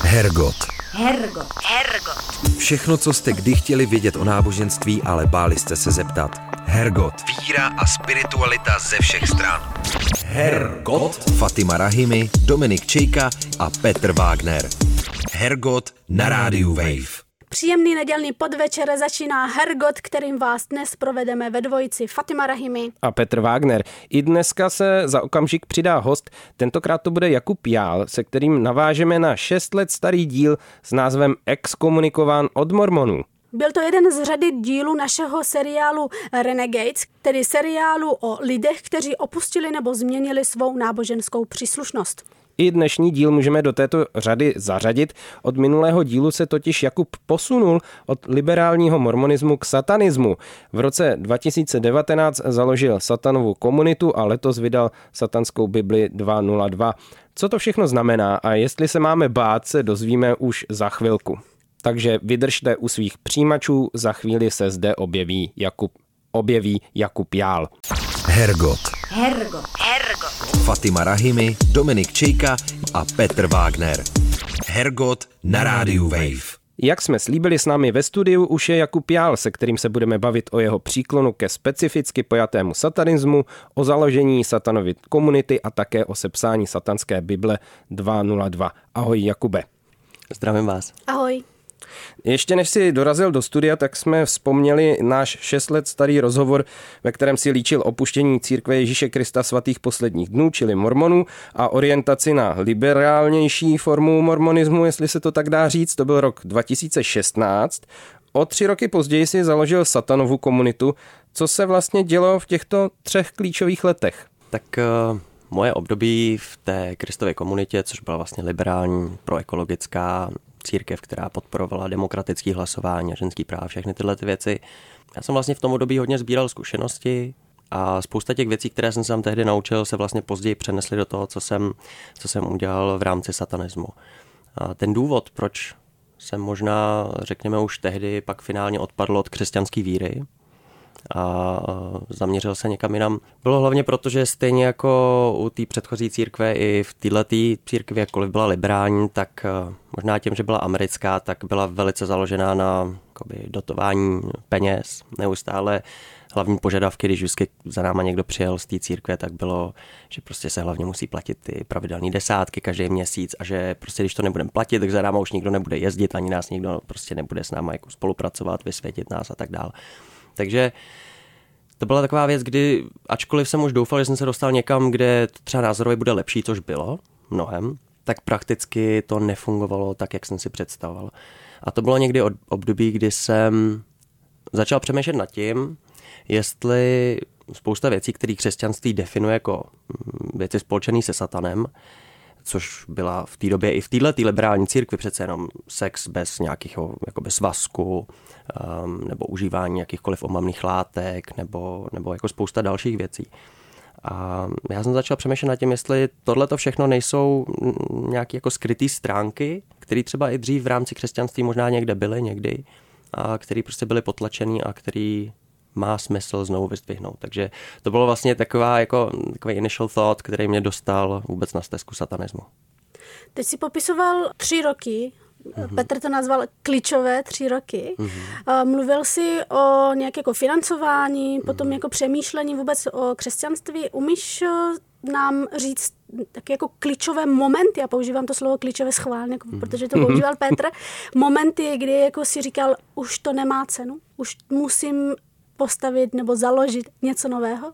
Hergot. Všechno, co jste kdy chtěli vědět o náboženství, ale báli jste se zeptat. Hergot. Víra a spiritualita ze všech stran. Hergot. Fatima Rahimi, Dominik Čejka a Petr Wagner. Hergot na rádiu Wave. Příjemný nedělní podvečer začíná Hergot, kterým vás dnes provedeme ve dvojici Fatima Rahimi a Petr Wagner. I dneska se za okamžik přidá host, tentokrát to bude Jakub Jál, se kterým navážeme na 6 let starý díl s názvem Exkomunikován od mormonů. Byl to jeden z řady dílů našeho seriálu Renegades, tedy seriálu o lidech, kteří opustili nebo změnili svou náboženskou příslušnost. I dnešní díl můžeme do této řady zařadit. Od minulého dílu se totiž Jakub posunul od liberálního mormonismu k satanismu. V roce 2019 založil satanovu komunitu a letos vydal satanskou Bibli 2.0.2. Co to všechno znamená a jestli se máme bát, se dozvíme už za chvilku. Takže vydržte u svých přijímačů, za chvíli se zde objeví Jakub Jál. Hergot. Fatima Rahimi, Dominik Čejka a Petr Wagner. Hergot na rádiu Wave. Jak jsme slíbili, s námi ve studiu už je Jakub Jál, se kterým se budeme bavit o jeho příklonu ke specificky pojatému satanismu, o založení satanovy komunity a také o sepsání satanské Bible 2.0.2. Ahoj Jakube. Zdravím vás. Ahoj. Ještě než si dorazil do studia, tak jsme vzpomněli náš 6 let starý rozhovor, ve kterém si líčil opuštění církve Ježíše Krista svatých posledních dnů, čili mormonů, a orientaci na liberálnější formu mormonismu, jestli se to tak dá říct. To byl rok 2016. O 3 roky později si založil satanovu komunitu. Co se vlastně dělo v těchto 3 klíčových letech? Tak moje období v té Kristově komunitě, což byla vlastně liberální, proekologická církev, která podporovala demokratické hlasování, ženský práv, všechny tyhle ty věci. Já jsem vlastně v tom období hodně sbíral zkušenosti a spousta těch věcí, které jsem se tam tehdy naučil, se vlastně později přenesly do toho, co jsem udělal v rámci satanismu. A ten důvod, proč jsem možná, řekněme už tehdy, pak finálně odpadl od křesťanské víry a zaměřil se někam jinam. Bylo hlavně proto, že stejně jako u té předchozí církve i v této církvi, jakkoliv byla liberální, tak možná tím, že byla americká, tak byla velice založená na dotování peněz. Neustále hlavní požadavky, když vždycky za náma někdo přijel z té církve, tak bylo, že prostě se hlavně musí platit ty pravidelné desátky každý měsíc a že prostě když to nebudeme platit, tak za náma už nikdo nebude jezdit, ani nás nikdo prostě nebude s náma jako spolupracovat, vysvětit nás a tak dále. Takže to byla taková věc, kdy, ačkoliv jsem už doufal, že jsem se dostal někam, kde to třeba názorově bude lepší, což bylo mnohem, tak prakticky to nefungovalo tak, jak jsem si představoval. A to bylo někdy od období, kdy jsem začal přemýšlet nad tím, jestli spousta věcí, které křesťanství definuje jako věci spolčené se satanem, což byla v té době i v této liberální církvi přece jenom sex bez nějakého jakoby svazku, nebo užívání jakýchkoliv omamných látek, nebo jako spousta dalších věcí. A já jsem začal přemýšlet nad tím, jestli tohleto všechno nejsou nějaké jako skrytý stránky, které třeba i dřív v rámci křesťanství možná někde byly někdy, a které prostě byly potlačený a který má smysl znovu vyzdvihnout. Takže to bylo vlastně takový initial thought, který mě dostal vůbec na stezku satanismu. Teď si popisoval 3 roky, Petr to nazval klíčové 3 roky. Mluvil si o nějaké jako financování, potom jako přemýšlení vůbec o křesťanství. Umíš nám říct taky jako klíčové momenty, já používám to slovo klíčové schválně, protože to používal Petr, momenty, kdy jako si říkal, už to nemá cenu, už musím postavit nebo založit něco nového?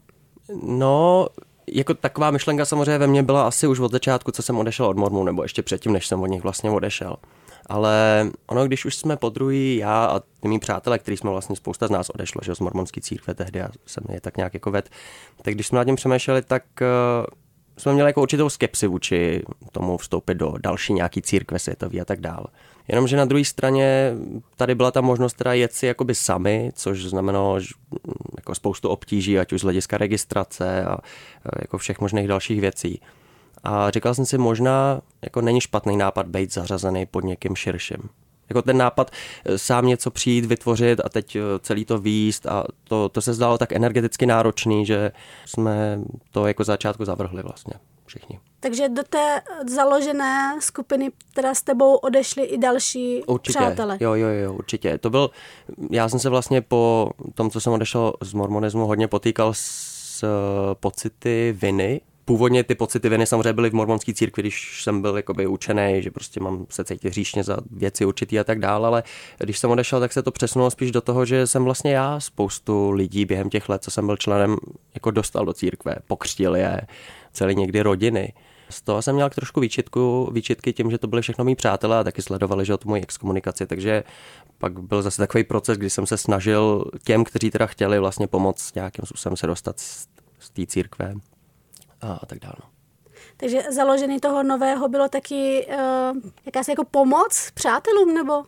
No, jako taková myšlenka samozřejmě ve mně byla asi už od začátku, co jsem odešel od mormonů, nebo ještě předtím, než jsem od nich vlastně odešel. Ale ono, když už jsme podruhý, já a ty mý přátelé, který jsme vlastně spousta z nás odešlo, že z mormonské církve tehdy, já jsem je tak nějak jako ved, tak když jsme nad tím přemýšleli, tak jsme měli jako určitou skepsi vůči tomu vstoupit do další nějaký církve světový a tak dále. Jenomže na druhé straně tady byla ta možnost teda jet si jakoby sami, což znamenalo jako spoustu obtíží, ať už z hlediska registrace a jako všech možných dalších věcí. A říkal jsem si, možná jako není špatný nápad být zařazený pod někým širším. Jako ten nápad sám něco přijít, vytvořit a teď celý to výjist a to se zdálo tak energeticky náročný, že jsme to jako začátku zavrhli vlastně všichni. Takže do té založené skupiny teda s tebou odešli i další přátelé. Jo, určitě. Já jsem se vlastně po tom, co jsem odešel z mormonismu, hodně potýkal s pocity viny. Původně ty pocity viny samozřejmě byly v mormonské církvi, když jsem byl jakoby učený, že prostě mám se cítit hříšně za věci určitý a tak dál, ale když jsem odešel, tak se to přesunulo spíš do toho, že jsem vlastně já spoustu lidí během těch let, co jsem byl členem, jako dostal do církve, pokřtil je, celý někdy rodiny. Z toho jsem měl trošku výčitky tím, že to byli všechno mý přátelé a taky sledovali, že o tu moji exkomunikaci, takže pak byl zase takový proces, kdy jsem se snažil těm, kteří teda chtěli vlastně pomoct nějakým způsobem se dostat z té církve a tak dále. Takže založení toho nového bylo taky jakási jako pomoc přátelům, nebo?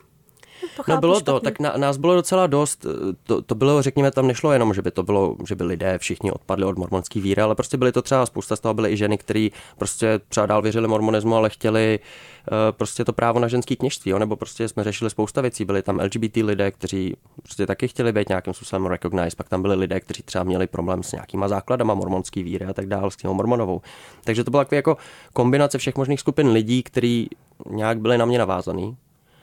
No bylo to, tak nás bylo docela dost, to bylo, řekněme, tam nešlo jenom, že by lidé všichni odpadli od mormonské víry, ale prostě byly to třeba spousta z toho byly i ženy, které prostě třeba dál věřili mormonismu, ale chtěli prostě to právo na ženský kněžství, jo? Nebo prostě jsme řešili spousta věcí, byli tam LGBT lidé, kteří prostě taky chtěli být nějakým způsobem recognized, pak tam byli lidé, kteří třeba měli problém s nějakýma základama mormonské víry a tak dále, s tím mormonovou. Takže to byla taková jako kombinace všech možných skupin lidí, kteří nějak byli na mě navázaný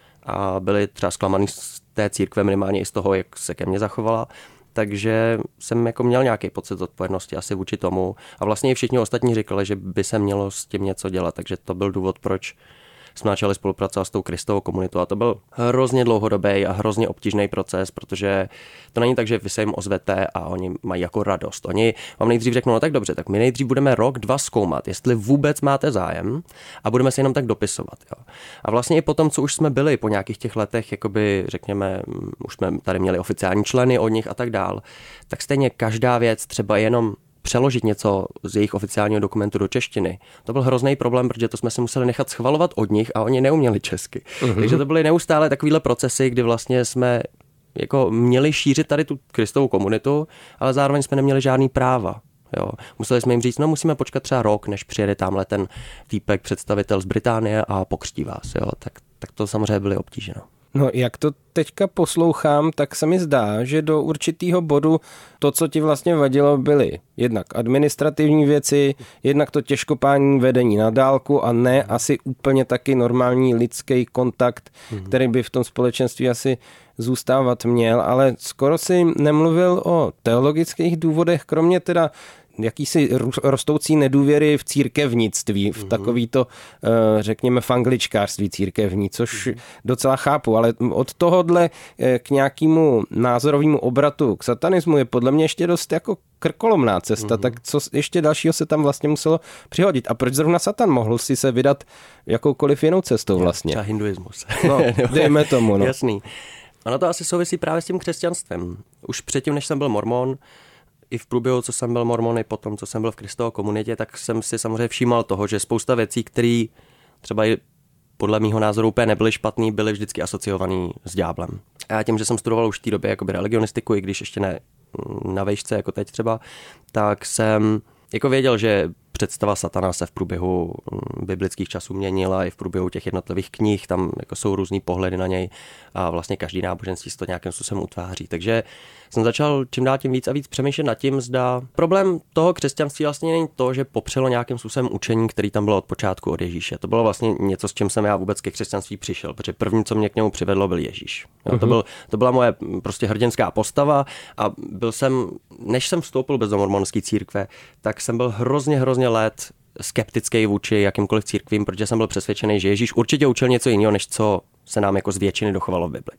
a byli třeba zklamaný z té církve minimálně i z toho, jak se ke mně zachovala. Takže jsem jako měl nějaký pocit odpovědnosti asi vůči tomu. A vlastně i všichni ostatní říkali, že by se mělo s tím něco dělat. Takže to byl důvod, proč jsme začali spolupracovat s tou Kristovou komunitou. A to byl hrozně dlouhodobý a hrozně obtížný proces, protože to není tak, že vy se jim ozvete a oni mají jako radost. Oni vám nejdřív řeknou, no tak dobře, tak my nejdřív budeme rok, 2 zkoumat, jestli vůbec máte zájem a budeme se jenom tak dopisovat. Jo. A vlastně i potom, co už jsme byli po nějakých těch letech, jakoby řekněme, už jsme tady měli oficiální členy od nich a tak dál, tak stejně každá věc třeba jenom přeložit něco z jejich oficiálního dokumentu do češtiny. To byl hrozný problém, protože to jsme si museli nechat schvalovat od nich a oni neuměli česky. Takže to byly neustále takovýhle procesy, kdy vlastně jsme jako měli šířit tady tu Kristovou komunitu, ale zároveň jsme neměli žádný práva. Jo. Museli jsme jim říct, no musíme počkat třeba rok, než přijede tamhle ten týpek, představitel z Británie a pokřtí vás. Jo. Tak to samozřejmě byly obtíže. No, jak to teďka poslouchám, tak se mi zdá, že do určitého bodu to, co ti vlastně vadilo, byly jednak administrativní věci, jednak to těžkopádní vedení na dálku a ne asi úplně taky normální lidský kontakt, který by v tom společenství asi zůstávat měl, ale skoro si nemluvil o teologických důvodech, kromě teda jakýsi rostoucí nedůvěry v církevnictví, v takovýto, řekněme, fangličkářství církevní, což docela chápu, ale od tohohle k nějakému názorovému obratu k satanismu je podle mě ještě dost jako krkolomná cesta, tak co ještě dalšího se tam vlastně muselo přihodit? A proč zrovna Satan mohl si se vydat jakoukoliv jinou cestou vlastně? Třeba hinduismus. No, dejme tomu. No. Jasný. Ono to asi souvisí právě s tím křesťanstvem. Už předtím, než jsem byl mormon, i v průběhu, co jsem byl mormon, i potom, co jsem byl v Kristově komunitě, tak jsem si samozřejmě všímal toho, že spousta věcí, které třeba i podle mýho názoru úplně nebyly špatný, byly vždycky asociovaný s ďáblem. A já tím, že jsem studoval už v té době jakoby religionistiku, i když ještě ne na vejšce jako teď třeba, tak jsem jako věděl, že představa satana se v průběhu biblických časů měnila i v průběhu těch jednotlivých knih, tam jako jsou různý pohledy na něj a vlastně každý náboženství se to nějakým způsobem utváří. Takže jsem začal čím dál tím víc a víc přemýšlet nad tím, zda problém toho křesťanství vlastně není to, že popřelo nějakým způsobem učení, který tam bylo od počátku od Ježíše. To bylo vlastně něco, s čím jsem já vůbec ke křesťanství přišel, protože první, co mě k němu přivedlo, byl Ježíš. Jo, to byla moje prostě hrdinská postava a byl jsem, než jsem vstoupil do mormonské církve, tak jsem byl hrozně let skeptický vůči jakýmkoliv církvím, protože jsem byl přesvědčený, že Ježíš určitě učil něco jiného, než co se nám jako z většiny dochovalo v Bibli.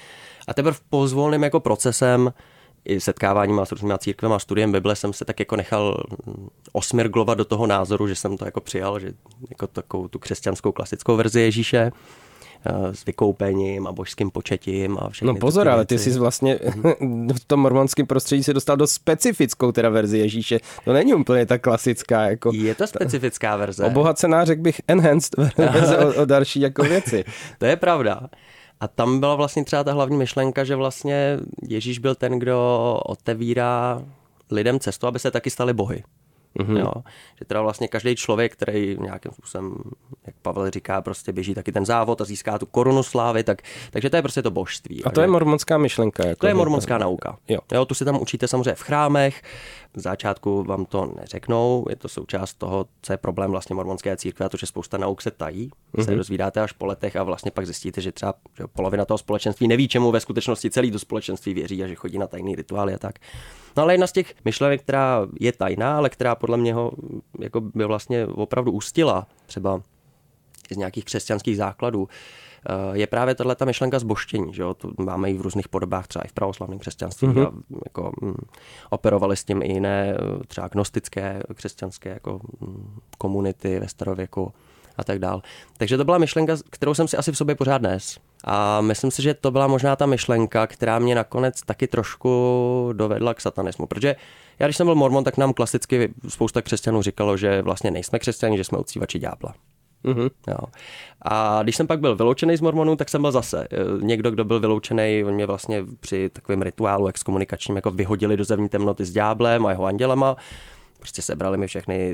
A teprve pozvolným jako procesem i setkáváním s různými církvemi a studiem Bible jsem se tak jako nechal osmirglovat do toho názoru, že jsem to jako přijal, že jako takovou tu křesťanskou klasickou verzi Ježíše s vykoupením a božským početím a všechny. No pozor, ale ty jsi vlastně v tom mormonském prostředí se dostal do specifickou teda verzi Ježíše. To není úplně tak klasická. Jako je to specifická verze. Obohacená, řekl bych, enhanced verze o další jako věci. To je pravda. A tam byla vlastně třeba ta hlavní myšlenka, že vlastně Ježíš byl ten, kdo otevírá lidem cestu, aby se taky stali bohy. Jo? Že teda vlastně každý člověk, který nějakým způsobem, jak Pavel říká, prostě běží taky ten závod a získá tu korunu slávy, takže to je prostě to božství. A to je mormonská myšlenka. To je mormonská nauka. Jo, tu si tam učíte samozřejmě v chrámech, v začátku vám to neřeknou, je to součást toho, co je problém vlastně mormonské církve, a to, že spousta nauk se tají, se dozvídáte až po letech a vlastně pak zjistíte, že třeba polovina toho společenství neví, čemu ve skutečnosti celý to společenství věří a že chodí na tajný rituály a tak. No ale jedna z těch myšlenek, která je tajná, ale která podle mě jako by vlastně opravdu ústila třeba z nějakých křesťanských základů, je právě tato myšlenka zbožtění. Že jo? To máme i v různých podobách, třeba i v pravoslavném křesťanství. A jako, operovali s tím i jiné třeba gnostické křesťanské jako, komunity ve starověku a tak dál. Takže to byla myšlenka, kterou jsem si asi v sobě pořád nes. A myslím si, že to byla možná ta myšlenka, která mě nakonec taky trošku dovedla k satanismu. Protože já, když jsem byl mormon, tak nám klasicky spousta křesťanů říkalo, že vlastně nejsme křesťani, že jsme uctívači ďábla. Jo. A když jsem pak byl vyloučený z mormonů, tak jsem byl zase někdo, kdo byl vyloučený. Oni mě vlastně při takovém rituálu exkomunikačním jako vyhodili do zevní temnoty s ďáblem a jeho andělema. Prostě sebrali mi všechny,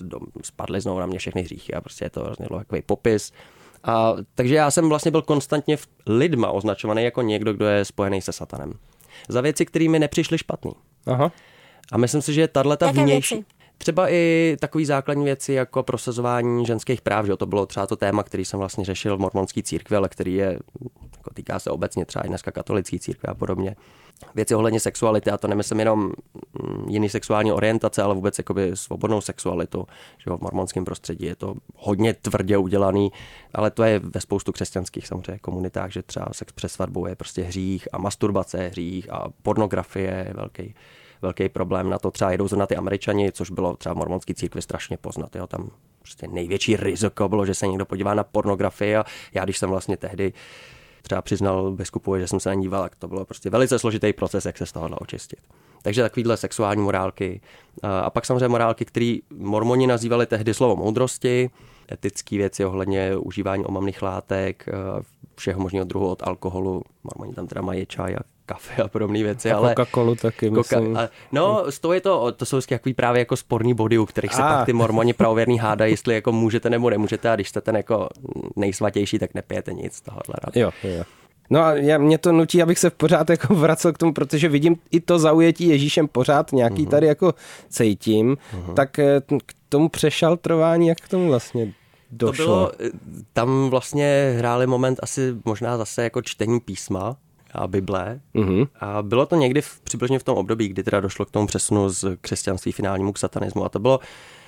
spadly znovu na mě všechny hříchy a prostě je to hrozně takový popis. A takže já jsem vlastně byl konstantně lidma označovaný jako někdo, kdo je spojený se satanem. Za věci, které mi nepřišly špatný. Aha. A myslím si, že tato vnější... Třeba i takový základní věci jako prosazování ženských práv, že to bylo třeba to téma, který jsem vlastně řešil v mormonské církvi, ale který je, jako týká se obecně třeba i dneska katolické církve a podobně. Věci ohledně sexuality, a to nemyslím jenom jiný sexuální orientace, ale vůbec jakoby svobodnou sexualitu, že v mormonském prostředí je to hodně tvrdě udělaný, ale to je ve spoustu křesťanských samozřejmě komunitách, že třeba sex před svatbou je prostě hřích a masturbace je hřích a pornografie je velký problém. Na to třeba jedou zrovna ty Američani, což bylo třeba v mormonské církvi strašně poznat. Jo. Tam prostě největší riziko bylo, že se někdo podívá na pornografii a já, když jsem vlastně tehdy třeba přiznal biskupovi, že jsem se na ní díval, tak to bylo prostě velice složitý proces, jak se z tohohle očistit. Takže takovýhle sexuální morálky. A pak samozřejmě morálky, které mormoni nazývali tehdy slovo moudrosti, etické věci ohledně užívání omamných látek, všeho možného druhu od alkoholu. Mormoni tam teda mají čaj a kafe a podobné věci. A ale Coca-Colu taky, myslím. No, z toho je to jsou takový právě jako sporný body, u kterých se pak ty mormoni pravověrný hádají, jestli jako můžete nebo nemůžete, a když jste ten jako nejsvatější, tak nepijete nic tohohle. Jo. No a mě to nutí, abych se pořád jako vracel k tomu, protože vidím i to zaujetí Ježíšem pořád nějaký tady jako cítím, tak k tomu přešaltrování, jak k tomu vlastně došlo? To bylo, tam vlastně hráli moment asi možná zase jako čtení písma a Bible. A bylo to někdy přibližně v tom období, kdy teda došlo k tomu přesunu z křesťanství finálnímu k satanismu. A to bylo,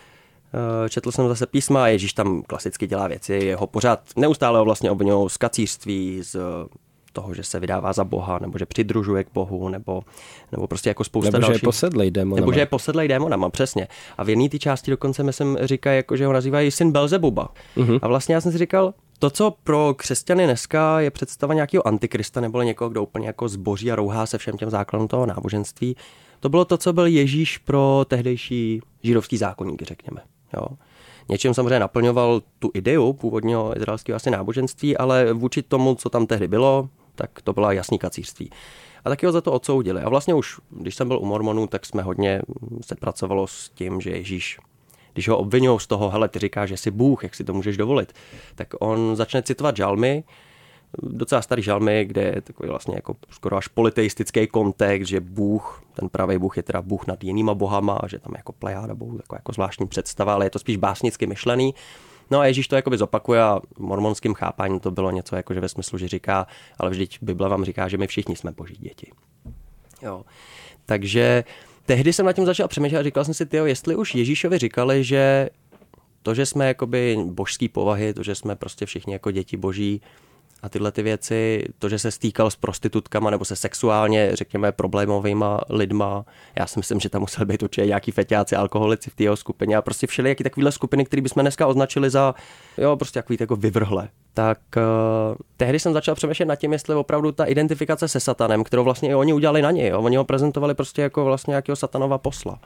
četl jsem zase písma a Ježíš tam klasicky dělá věci. Jeho pořád neustále ho vlastně obviňují z kacířství, z toho, že se vydává za Boha, nebo že přidružuje k Bohu, nebo prostě jako spousta dalších. Nebo že je posedlej démonama. Nebo že je posedlej démonama, přesně. A v jedné té části dokonce myslím říkají, jako, že ho nazývají syn Belzebuba. A vlastně já jsem si říkal, to, co pro křesťany dneska je představa nějakého antikrista nebo někoho, kdo úplně jako zboří a rouhá se všem těm základům toho náboženství, to bylo to, co byl Ježíš pro tehdejší židovský zákoník, řekněme. Jo. Něčím samozřejmě naplňoval tu ideu původního izraelského asi náboženství, ale vůči tomu, co tam tehdy bylo, tak to byla jasný kacířství. A taky ho za to odsoudili. A vlastně už, když jsem byl u mormonů, tak jsme hodně se pracovalo s tím, že Ježíš, když ho obvinují z toho, hele, ty říkáš, že jsi Bůh, jak si to můžeš dovolit, tak on začne citovat žalmy, docela starý žalmy, kde je takový vlastně jako skoro až politeistický kontext, že Bůh, ten pravý Bůh je teda Bůh nad jinýma bohama, že tam je jako plejáda bohů, jako zvláštní představa, ale je to spíš básnicky myšlený. No a Ježíš to jakoby zopakuje a v mormonském chápání to bylo něco jako, že ve smyslu, že říká, ale vždyť Bible vám říká, že my všichni jsme boží děti. Jo. Takže tehdy jsem nad tím začal přemýšlet a říkal jsem si, jestli už Ježíšovi říkali, že to, že jsme jakoby božský povahy, to, že jsme prostě všichni jako děti boží a tyhle ty věci, to, že se stýkal s prostitutkama nebo se sexuálně, řekněme, problémovýma lidma, já si myslím, že tam museli být určitě nějaký feťáci, alkoholici v té jeho skupině a prostě všelijaký takovýhle skupiny, které bychom dneska označili za, prostě takový jako vyvrhle. Tak tehdy jsem začal přemýšlet nad tím, jestli opravdu ta identifikace se satanem, kterou vlastně i oni udělali na něj, oni ho prezentovali prostě jako vlastně nějakého satanova posla.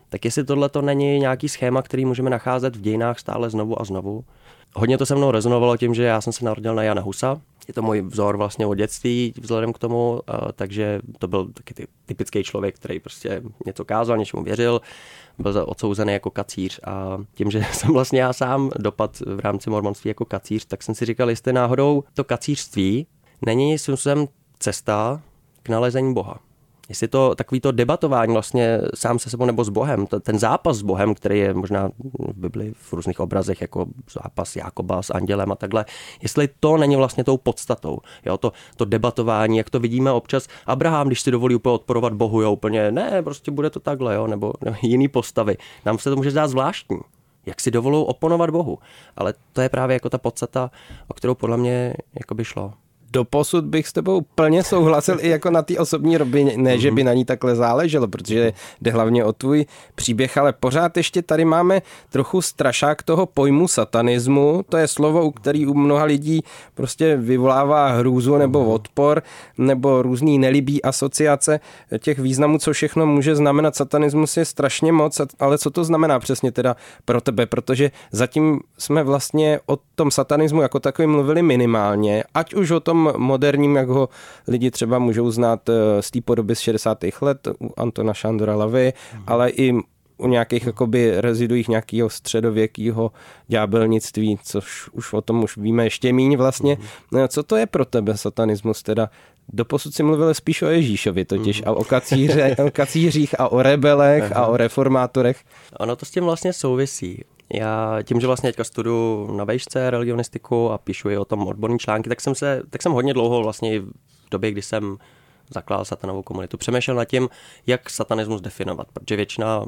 tak jestli tohle to není nějaký schéma, který můžeme nacházet v dějinách stále znovu a znovu. Hodně to se mnou rezonovalo tím, že já jsem se narodil na Jana Husa. Je to můj vzor vlastně od dětství vzhledem k tomu, takže to byl taky typický člověk, který prostě něco kázal, něčemu věřil, byl odsouzený jako kacíř a tím, že jsem vlastně já sám dopad v rámci mormonství jako kacíř, tak jsem si říkal, jestli náhodou to kacířství není svým cesta k nalezení Boha. Jestli to takový to debatování vlastně sám se sebou nebo s Bohem, ten zápas s Bohem, který je možná v Bibli v různých obrazech jako zápas Jákoba s andělem a takhle, jestli to není vlastně tou podstatou, jo, to debatování, jak to vidíme občas, Abraham, když si dovolí úplně odporovat Bohu, jo, úplně ne, prostě bude to takhle, jo, nebo jiný postavy. Nám se to může zdát zvláštní, jak si dovolou oponovat Bohu, ale to je právě jako ta podstata, o kterou podle mě jako by šlo. Doposud bych s tebou plně souhlasil i jako na té osobní rovině, ne, že by na ní takhle záleželo, protože jde hlavně o tvůj příběh, ale pořád ještě tady máme trochu strašák toho pojmu satanismu, to je slovo, který u mnoha lidí prostě vyvolává hrůzu nebo odpor, nebo různý nelibý asociace těch významů, co všechno může znamenat. Satanismus je strašně moc, ale co to znamená přesně teda pro tebe, protože zatím jsme vlastně o tom satanismu jako takovým mluvili minimálně, ať už o tom moderním, jak ho lidi třeba můžou znát z té podoby z 60. let u Antona Šandora Lavy, ale i u nějakých jakoby reziduích nějakého středověkého ďábelnictví, což už o tom už víme ještě míň vlastně. Co to je pro tebe satanismus teda? Doposud si mluvil spíš o Ježíšovi totiž a o kacířích a o rebelech a o reformátorech. Ono to s tím vlastně souvisí. Já tím, že vlastně teďka studuju na vejšce religionistiku a píšu i o tom odborné články, tak jsem hodně dlouho vlastně v době, kdy jsem zakládal satanovou komunitu, přemýšlel nad tím, jak satanismus definovat, protože většina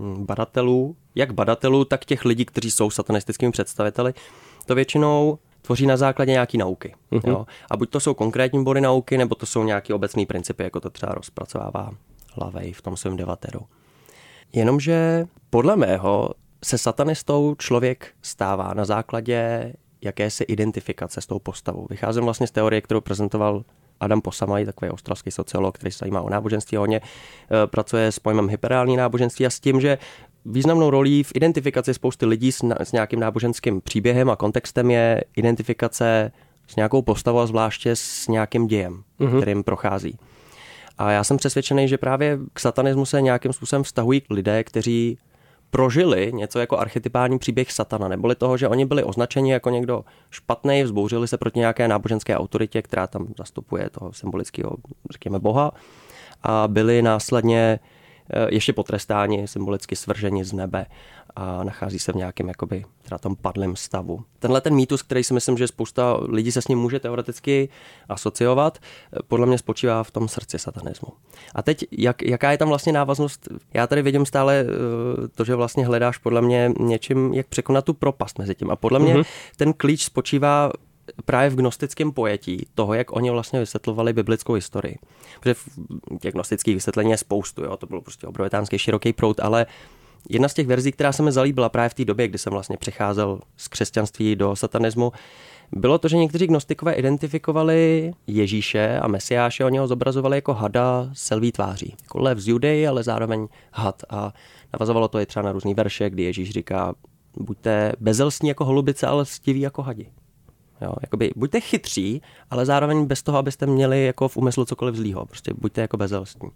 badatelů, tak těch lidí, kteří jsou satanistickými představiteli, to většinou tvoří na základě nějaký nauky. Jo? A buď to jsou konkrétní body nauky, nebo to jsou nějaké obecné principy, jako to třeba rozpracovává Lavey v tom svém devateru. Jenomže podle mého se satanistou člověk stává na základě jakési identifikace s tou postavou. Vycházím vlastně z teorie, kterou prezentoval Adam Posamaj, takový australský sociolog, který se zajímá o náboženství, hodně pracuje s pojmem hyperreální náboženství a s tím, že významnou rolí v identifikaci spousty lidí s nějakým náboženským příběhem a kontextem je identifikace s nějakou postavou a zvláště s nějakým dějem, kterým prochází. A já jsem přesvědčený, že právě k satanismu se nějakým způsobem vztahují lidé, kteří prožili něco jako archetypální příběh satana, neboli toho, že oni byli označeni jako někdo špatný, vzbouřili se proti nějaké náboženské autoritě, která tam zastupuje toho symbolického, řekněme, boha a byli následně ještě potrestáni, symbolicky svrženi z nebe a nachází se v nějakém jakoby teda tom padlém stavu. Tenhle ten mýtus, který si myslím, že spousta lidí se s ním může teoreticky asociovat, podle mě spočívá v tom srdci satanismu. A teď, jaká je tam vlastně návaznost? Já tady vidím stále to, že vlastně hledáš podle mě něčím, jak překonat tu propast mezi tím. A podle mě ten klíč spočívá právě v gnostickém pojetí toho, jak oni vlastně vysvětlovali biblickou historii. Protože těch gnostických vysvětlení je spoustu, jo? To bylo prostě obrovitánský široký proud, ale jedna z těch verzí, která se mi zalíbila právě v té době, kdy jsem vlastně přecházel z křesťanství do satanismu, bylo to, že někteří gnostikové identifikovali Ježíše a Mesiáše, oni ho zobrazovali jako hada s lví tváří. Jako lev z Judeji, ale zároveň had. A navazovalo to i třeba na různý verše, kdy Ježíš říká, buďte bezelstní jako holubice, ale lstiví jako hadi. Jo, jakoby buďte chytří, ale zároveň bez toho, abyste měli jako v úmyslu cokoliv zlýho. Prostě buďte jako bezelstní.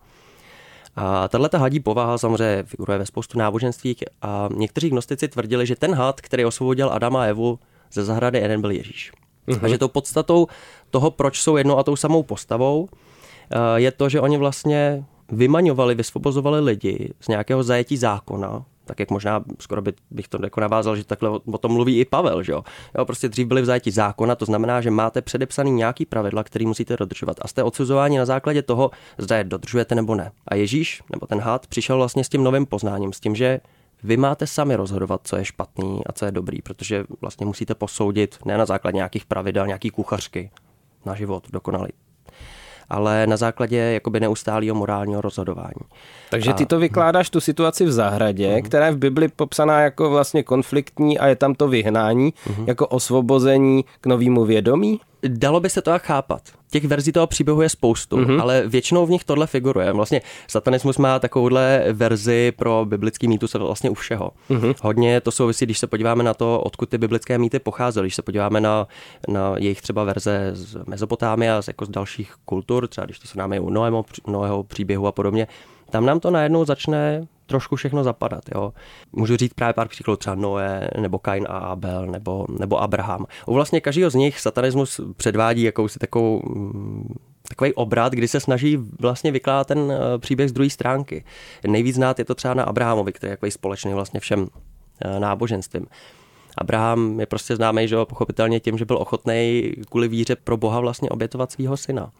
A tato hadí povaha samozřejmě figuruje ve spoustu náboženstvích a někteří gnostici tvrdili, že ten had, který osvobodil Adama a Evu ze zahrady Eden, byl Ježíš. A že tou podstatou toho, proč jsou jednou a tou samou postavou, je to, že oni vlastně vymaňovali, vysvobozovali lidi z nějakého zajetí zákona, tak jak možná skoro bych to jako navázal, že takhle o tom mluví i Pavel, že jo. Prostě dřív byli v zajetí zákona, to znamená, že máte předepsaný nějaký pravidla, který musíte dodržovat a jste odsuzováni na základě toho, zda je dodržujete nebo ne. A Ježíš, nebo ten had, přišel vlastně s tím novým poznáním, s tím, že vy máte sami rozhodovat, co je špatný a co je dobrý, protože vlastně musíte posoudit ne na základě nějakých pravidel, nějaký kuchařky na život dokonalý, ale na základě jakoby neustálého morálního rozhodování. Takže ty to vykládáš tu situaci v zahradě, která je v Bibli popsaná jako vlastně konfliktní a je tam to vyhnání, jako osvobození k novému vědomí? Dalo by se to jak chápat. Těch verzí toho příběhu je spoustu, ale většinou v nich tohle figuruje. Vlastně satanismus má takovouhle verzi pro biblický mýtus vlastně u všeho. Hodně to souvisí, když se podíváme na to, odkud ty biblické mýty pocházely. Když se podíváme na jejich třeba verze z Mezopotámie a jako z dalších kultur, třeba když to se náme u Noého příběhu a podobně, tam nám to najednou začne trošku všechno zapadat. Jo. Můžu říct právě pár příkladů, třeba Noé, nebo Kain a Abel, nebo Abraham. U vlastně každého z nich satanismus předvádí jakousi takový obrat, kdy se snaží vlastně vykládat ten příběh z druhé stránky. Nejvíc znát je to třeba na Abrahamovi, který je takový společný vlastně všem náboženstvím. Abraham je prostě známý, že pochopitelně tím, že byl ochotný kvůli víře pro Boha vlastně obětovat svého syna.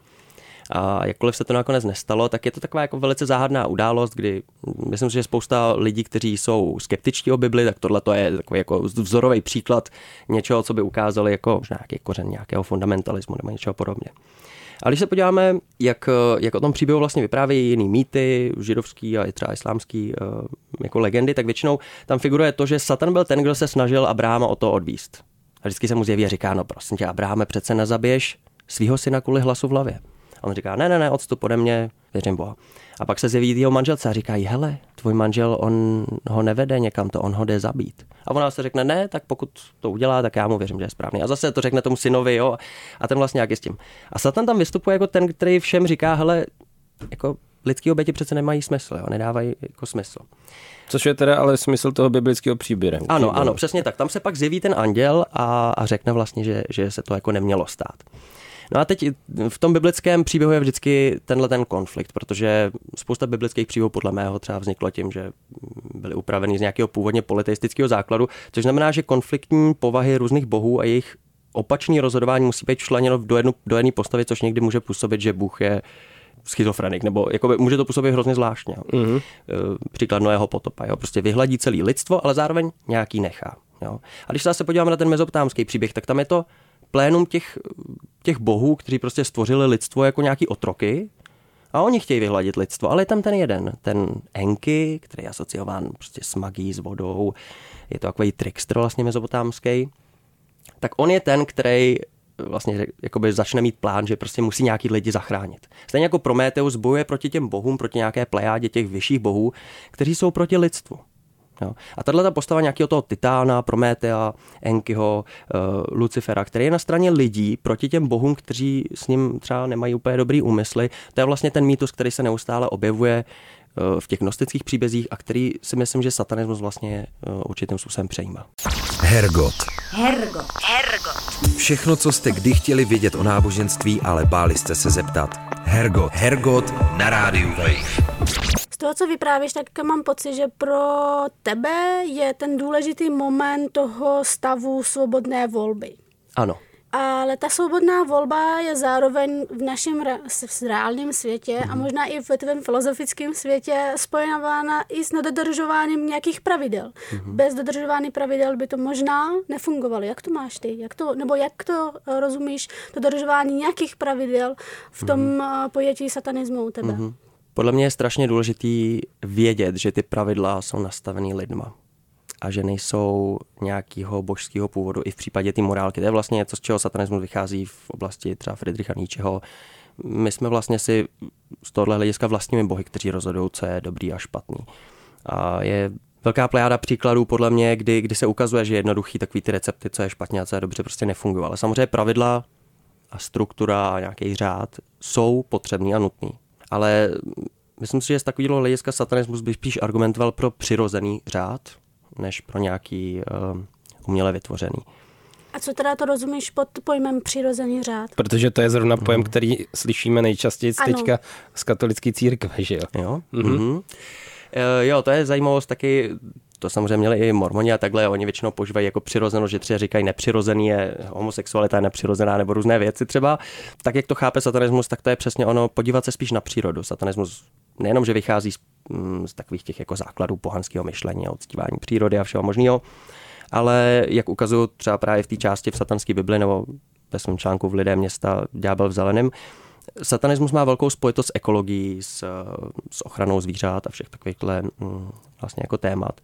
A jakkoliv se to nakonec nestalo, tak je to taková jako velice záhadná událost, kdy myslím si, že spousta lidí, kteří jsou skeptičtí o Bibli, tak tohle to je takový jako vzorový příklad něčeho, co by ukázali jako nějaký kořen nějakého fundamentalismu nebo něčeho podobně. A když se podíváme, jak o tom příběhu vlastně vyprávějí jiný mýty, židovský a i třeba islámský jako legendy, tak většinou tam figuruje to, že Satan byl ten, kdo se snažil Abrahama o to odvíst. A vždycky se mu zjeví a říká, no prosím tě, Abrahame, přece nezabiješ svýho syna kvůli hlasu v hlavě. A on říká, ne, odstup ode mě, věřím Boha. A pak se zjeví jeho manželce a říkají, hele, tvůj manžel, on ho nevede někam, on ho jde zabít. A ona se řekne, ne, tak pokud to udělá, tak já mu věřím, že je správný. A zase to řekne tomu synovi, jo, a ten vlastně jak je s tím. A Satan tam vystupuje jako ten, který všem říká, hele, jako lidský oběti přece nemají smysl, jo, nedávají jako smysl. Což je teda ale smysl toho biblického příběhu. Ano, přesně tak. Tam se pak zjeví ten anděl a řekne vlastně, že se to jako nemělo stát. No a teď v tom biblickém příběhu je vždycky ten konflikt, protože spousta biblických příběhů podle mého třeba vzniklo tím, že byly upravený z nějakého původně politeistického základu, což znamená, že konfliktní povahy různých bohů a jejich opačné rozhodování musí být včleněno do jedné postavy, což někdy může působit, že Bůh je schizofrenik, nebo jakoby, může to působit hrozně zvláštně. Příklad Noého potopa. Jo? Prostě vyhladí celé lidstvo, ale zároveň nějaký nechá. Jo? A když se podíváme na ten mezopotámský příběh, tak tam je to plénum těch bohů, kteří prostě stvořili lidstvo jako nějaký otroky a oni chtějí vyhladit lidstvo, ale je tam ten jeden, ten Enki, který je asociován prostě s magií, s vodou, je to takový trickster vlastně mezopotámský, tak on je ten, který vlastně jakoby začne mít plán, že prostě musí nějaký lidi zachránit. Stejně jako Prometeus bojuje proti těm bohům, proti nějaké plejádě těch vyšších bohů, kteří jsou proti lidstvu. Jo. A tato postava nějakého toho Titána, Prometea, Enkiho, Lucifera, který je na straně lidí proti těm bohům, kteří s ním třeba nemají úplně dobrý úmysly, to je vlastně ten mýtus, který se neustále objevuje v těch gnostických příbězích a který si myslím, že satanismus vlastně určitým způsobem přejímá. Hergot. Všechno, co jste kdy chtěli vědět o náboženství, ale báli jste se zeptat. Hergot na rádiu Wave. Z toho, co vyprávíš, tak mám pocit, že pro tebe je ten důležitý moment toho stavu svobodné volby. Ano. Ale ta svobodná volba je zároveň v našem reálném světě a možná i v tvém filozofickém světě spojenována i s nedodržováním nějakých pravidel. Bez dodržování pravidel by to možná nefungovalo. Jak to máš ty? Jak to rozumíš, dodržování nějakých pravidel v tom pojetí satanismu u tebe? Podle mě je strašně důležitý vědět, že ty pravidla jsou nastavený lidma a že nejsou nějakého božského původu i v případě té morálky. To je vlastně něco, z čeho satanismus vychází v oblasti třeba Friedricha Nietzscheho. My jsme vlastně si z tohohle hlediska vlastními bohy, kteří rozhodují, co je dobrý a špatný. A je velká plejáda příkladů podle mě, kdy se ukazuje, že jednoduchý takový ty recepty, co je špatně a co je dobře, prostě nefungují. Ale samozřejmě pravidla a struktura a nějaký řád jsou potřebný a nutný. Ale myslím si, že z takového hlediska satanismus by spíš argumentoval pro přirozený řád, než pro nějaký uměle vytvořený. A co teda to rozumíš pod pojmem přirozený řád? Protože to je zrovna pojem, který slyšíme nejčastěji teďka z katolické církve, že jo? Jo? Jo, to je zajímavost taky, to samozřejmě měli i mormoni a takhle, oni většinou používají jako přirozenost, že třeba říkají nepřirozený je homosexualita je nepřirozená nebo různé věci třeba. Tak jak to chápe satanismus, tak to je přesně ono, podívat se spíš na přírodu. Satanismus nejenom, že vychází z takových těch jako základů pohanského myšlení a uctívání přírody a všeho možného, ale jak ukazuju třeba právě v té části v satanské Bibli nebo ve svém článku v Lidé města Ďábel v zeleném, satanismus má velkou spojitost s ekologií, s ochranou zvířat a všech takovýchhle vlastně jako témat.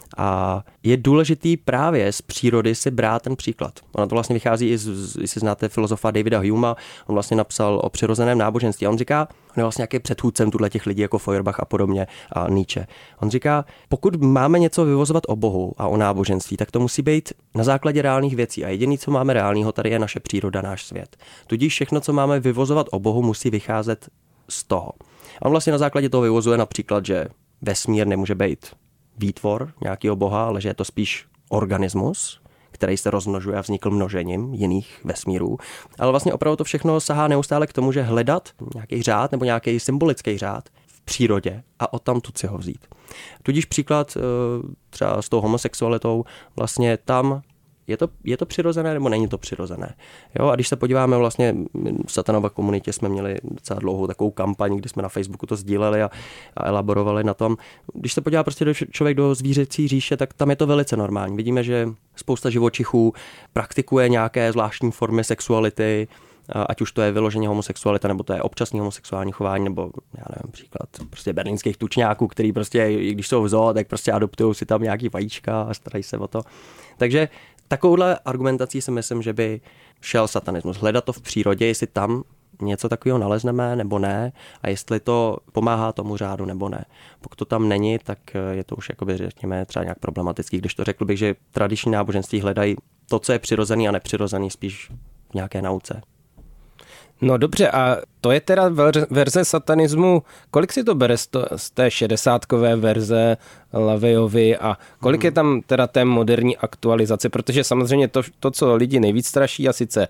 A je důležitý právě z přírody si brát ten příklad. Ono to vlastně vychází i jestli znáte filozofa Davida Humea, on vlastně napsal o přirozeném náboženství. A on říká, on je vlastně nějaký předchůdcem těch lidí jako Feuerbach a podobně a Nietzsche. On říká, pokud máme něco vyvozovat o Bohu a o náboženství, tak to musí být na základě reálných věcí. A jediné, co máme reálného, tady je naše příroda, náš svět. Tudíž všechno, co máme vyvozovat o Bohu, musí vycházet z toho. A on vlastně na základě toho vyvozuje například, že vesmír nemůže být výtvor nějakého boha, ale že je to spíš organismus, který se rozmnožuje a vznikl množením jiných vesmírů. Ale vlastně opravdu to všechno sahá neustále k tomu, že hledat nějaký řád nebo nějaký symbolický řád v přírodě a odtamtud si ho vzít. Tudíž příklad třeba s tou homosexualitou, vlastně tam je to přirozené nebo není to přirozené. Jo, a když se podíváme vlastně v Satanova komunitě jsme měli docela dlouhou takovou kampaň, kdy jsme na Facebooku to sdíleli a elaborovali na tom. Když se podívá prostě člověk do zvířecí říše, tak tam je to velice normální. Vidíme, že spousta živočichů praktikuje nějaké zvláštní formy sexuality, ať už to je vyloženě homosexualita, nebo to je občasný homosexuální chování, nebo já nevím, příklad prostě berlínských tučňáků, který prostě, když jsou v zoo, tak prostě adoptují si tam nějaký vajíčka a starají se o to. Takže takovouhle argumentací si myslím, že by šel satanismus. Hledat to v přírodě, jestli tam něco takového nalezneme nebo ne a jestli to pomáhá tomu řádu nebo ne. Pokud to tam není, tak je to už jakoby, řekněme, třeba nějak problematický. Když to řekl bych, že tradiční náboženství hledají to, co je přirozený a nepřirozený, spíš v nějaké nauce. No dobře, a to je teda verze satanismu, kolik si to bere z té 60kové verze Laveyovy a kolik je tam teda té moderní aktualizace, protože samozřejmě to co lidi nejvíc straší a sice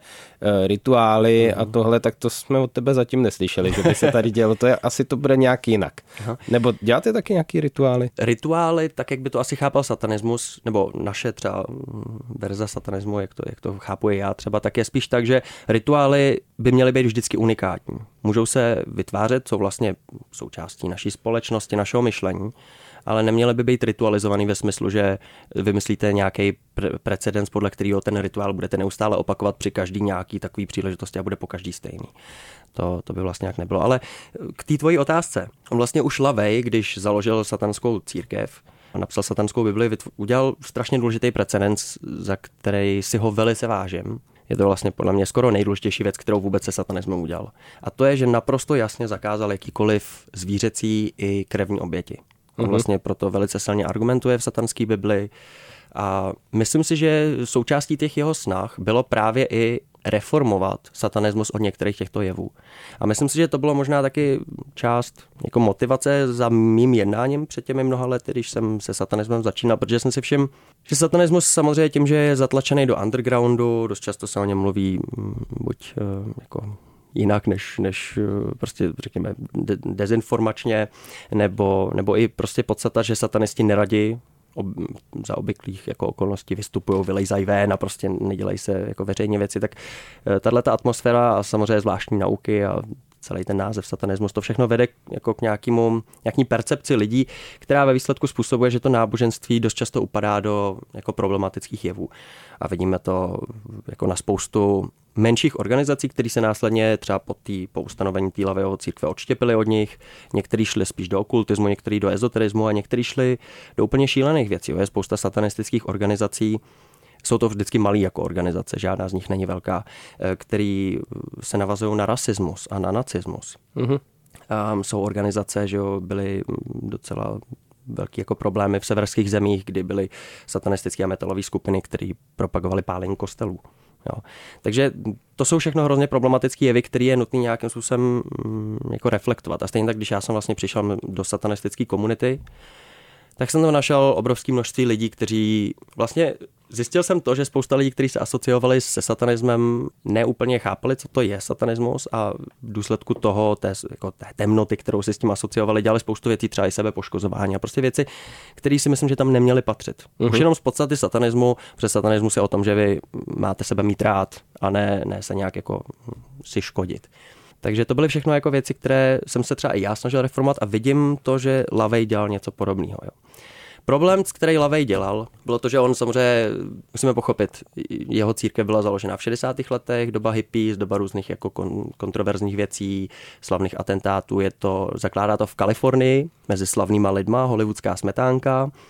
rituály a tohle, tak to jsme od tebe zatím neslyšeli, že by se tady dělo, asi to bude nějak jinak. Aha. Nebo děláte taky nějaký rituály? Rituály, tak jak by to asi chápal satanismus, nebo naše třeba verze satanismu, jak to chápu já třeba, tak je spíš tak, že rituály by měly být vždycky unikátní. Můžou se vytvářet, jsou vlastně součástí naší společnosti, našeho myšlení, ale neměly by být ritualizovaný ve smyslu, že vymyslíte nějaký precedens, podle kterého ten rituál budete neustále opakovat při každý nějaký takový příležitosti a bude po každý stejný. To by vlastně jak nebylo. Ale k té tvojí otázce. On vlastně už Lavey, když založil satanskou církev a napsal satanskou Bibli, udělal strašně důležitý precedens, za který si ho velice vážím. Je to vlastně podle mě skoro nejdůležitější věc, kterou vůbec se satanismem udělal. A to je, že naprosto jasně zakázal jakýkoliv zvířecí i krevní oběti. On vlastně proto velice silně argumentuje v satanské Bibli a myslím si, že součástí těch jeho snah bylo právě i reformovat satanismus od některých těchto jevů. A myslím si, že to bylo možná taky část jako motivace za mým jednáním před těmi mnoha lety, když jsem se satanismem začínal, protože jsem si všiml, že satanismus samozřejmě tím, že je zatlačený do undergroundu, dost často se o něm mluví buď jako jinak než prostě řekněme dezinformačně, nebo i prostě podstata, že satanisti neradi za obvyklých jako okolností vystupují, vylejzají ven a prostě nedělají se jako veřejně věci, tak tato atmosféra a samozřejmě zvláštní nauky a celý ten název satanismus, to všechno vede jako k nějaký percepci lidí, která ve výsledku způsobuje, že to náboženství dost často upadá do jako problematických jevů. A vidíme to jako na spoustu menších organizací, které se následně třeba po ustanovení té Laveyovy církve odštěpily od nich. Někteří šli spíš do okultismu, někteří do ezoterismu a někteří šli do úplně šílených věcí. Je spousta satanistických organizací, jsou to vždycky malý jako organizace, žádná z nich není velká, který se navazují na rasismus a na nacismus. Jsou organizace, že byly docela velký jako problémy v severských zemích, kdy byly satanistické a metalové skupiny, které propagovaly pálení kostelů. Jo. Takže to jsou všechno hrozně problematické jevy, které je nutné nějakým způsobem jako reflektovat. A stejně tak, když já jsem vlastně přišel do satanistické komunity, tak jsem tam našel obrovské množství lidí, kteří vlastně zjistil jsem to, že spousta lidí, kteří se asociovali se satanismem, neúplně chápali, co to je satanismus a v důsledku toho, té temnoty, kterou si s tím asociovali, dělali spoustu věcí, třeba i sebepoškozování a prostě věci, které si myslím, že tam neměly patřit. Už jenom z podstaty satanismu, protože satanismus je o tom, že vy máte sebe mít rád a ne se nějak jako si škodit. Takže to byly všechno jako věci, které jsem se třeba i já snažil reformovat a vidím to, že Lavey dělal něco podobného. Jo. Problém, který Lavey dělal, bylo to, že on samozřejmě, musíme pochopit, jeho církev byla založena v 60. letech, doba hippies, doba různých jako kontroverzních věcí, slavných atentátů, zakládá to v Kalifornii, mezi slavnýma lidma, hollywoodská smetánka.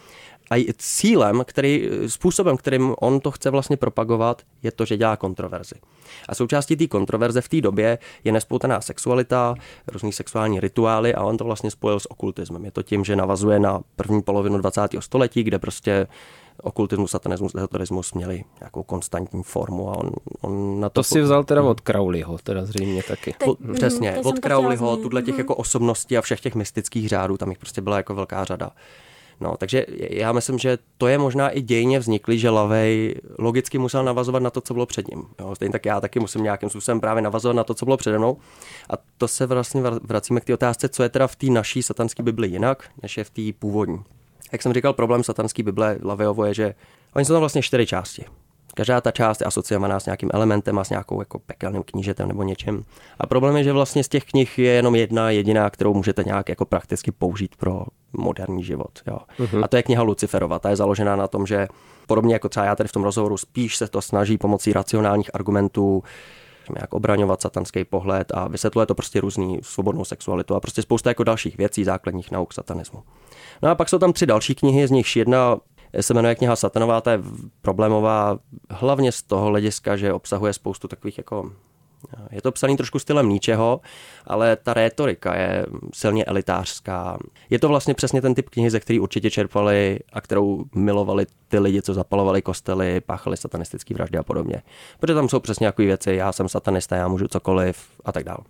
A cílem, způsobem, kterým on to chce vlastně propagovat, je to, že dělá kontroverzi. A součástí té kontroverze v té době je nespoutaná sexualita, různý sexuální rituály a on to vlastně spojil s okultismem. Je to tím, že navazuje na první polovinu 20. století, kde prostě okultismus, satanismus, ezoterismus měli nějakou konstantní formu a on na to... To si vzal teda od Crowleyho, teda zřejmě taky. Přesně, od Crowleyho, těch jako osobností a všech těch mystických řádů, tam jich prostě byla jako velká řada. No, takže já myslím, že to je možná i dějně vzniklý, že Lavey logicky musel navazovat na to, co bylo před ním. Jo, stejně tak já taky musím nějakým způsobem právě navazovat na to, co bylo přede mnou. A to se vlastně vracíme k té otázce, co je teda v té naší satanské Bibli jinak, než je v té původní. Jak jsem říkal, problém satanské Bible Laveyovo je, že oni jsou tam vlastně 4 části. Každá ta část je asociovaná s nějakým elementem a s nějakou jako pekelným knížetem nebo něčím. A problém je, že vlastně z těch knih je jenom jedna jediná, kterou můžete nějak jako prakticky použít pro moderní život. Jo. A to je kniha Luciferova. Ta je založená na tom, že podobně jako třeba já tady v tom rozhovoru, spíš se to snaží pomocí racionálních argumentů jak obraňovat satanský pohled a vysvětluje to prostě různý svobodnou sexualitu a prostě spousta jako dalších věcí, základních nauk satanismu. No a pak jsou tam 3 další knihy, z nich jedna se jmenuje kniha Satanová, ta je problémová hlavně z toho hlediska, že obsahuje spoustu takových jako... Je to psaný trošku stylem Nietzscheho, ale ta rétorika je silně elitářská. Je to vlastně přesně ten typ knihy, ze který určitě čerpali a kterou milovali ty lidi, co zapalovali kostely, páchali satanistické vraždy a podobně. Protože tam jsou přesně takové věci, já jsem satanista, já můžu cokoliv a tak dál.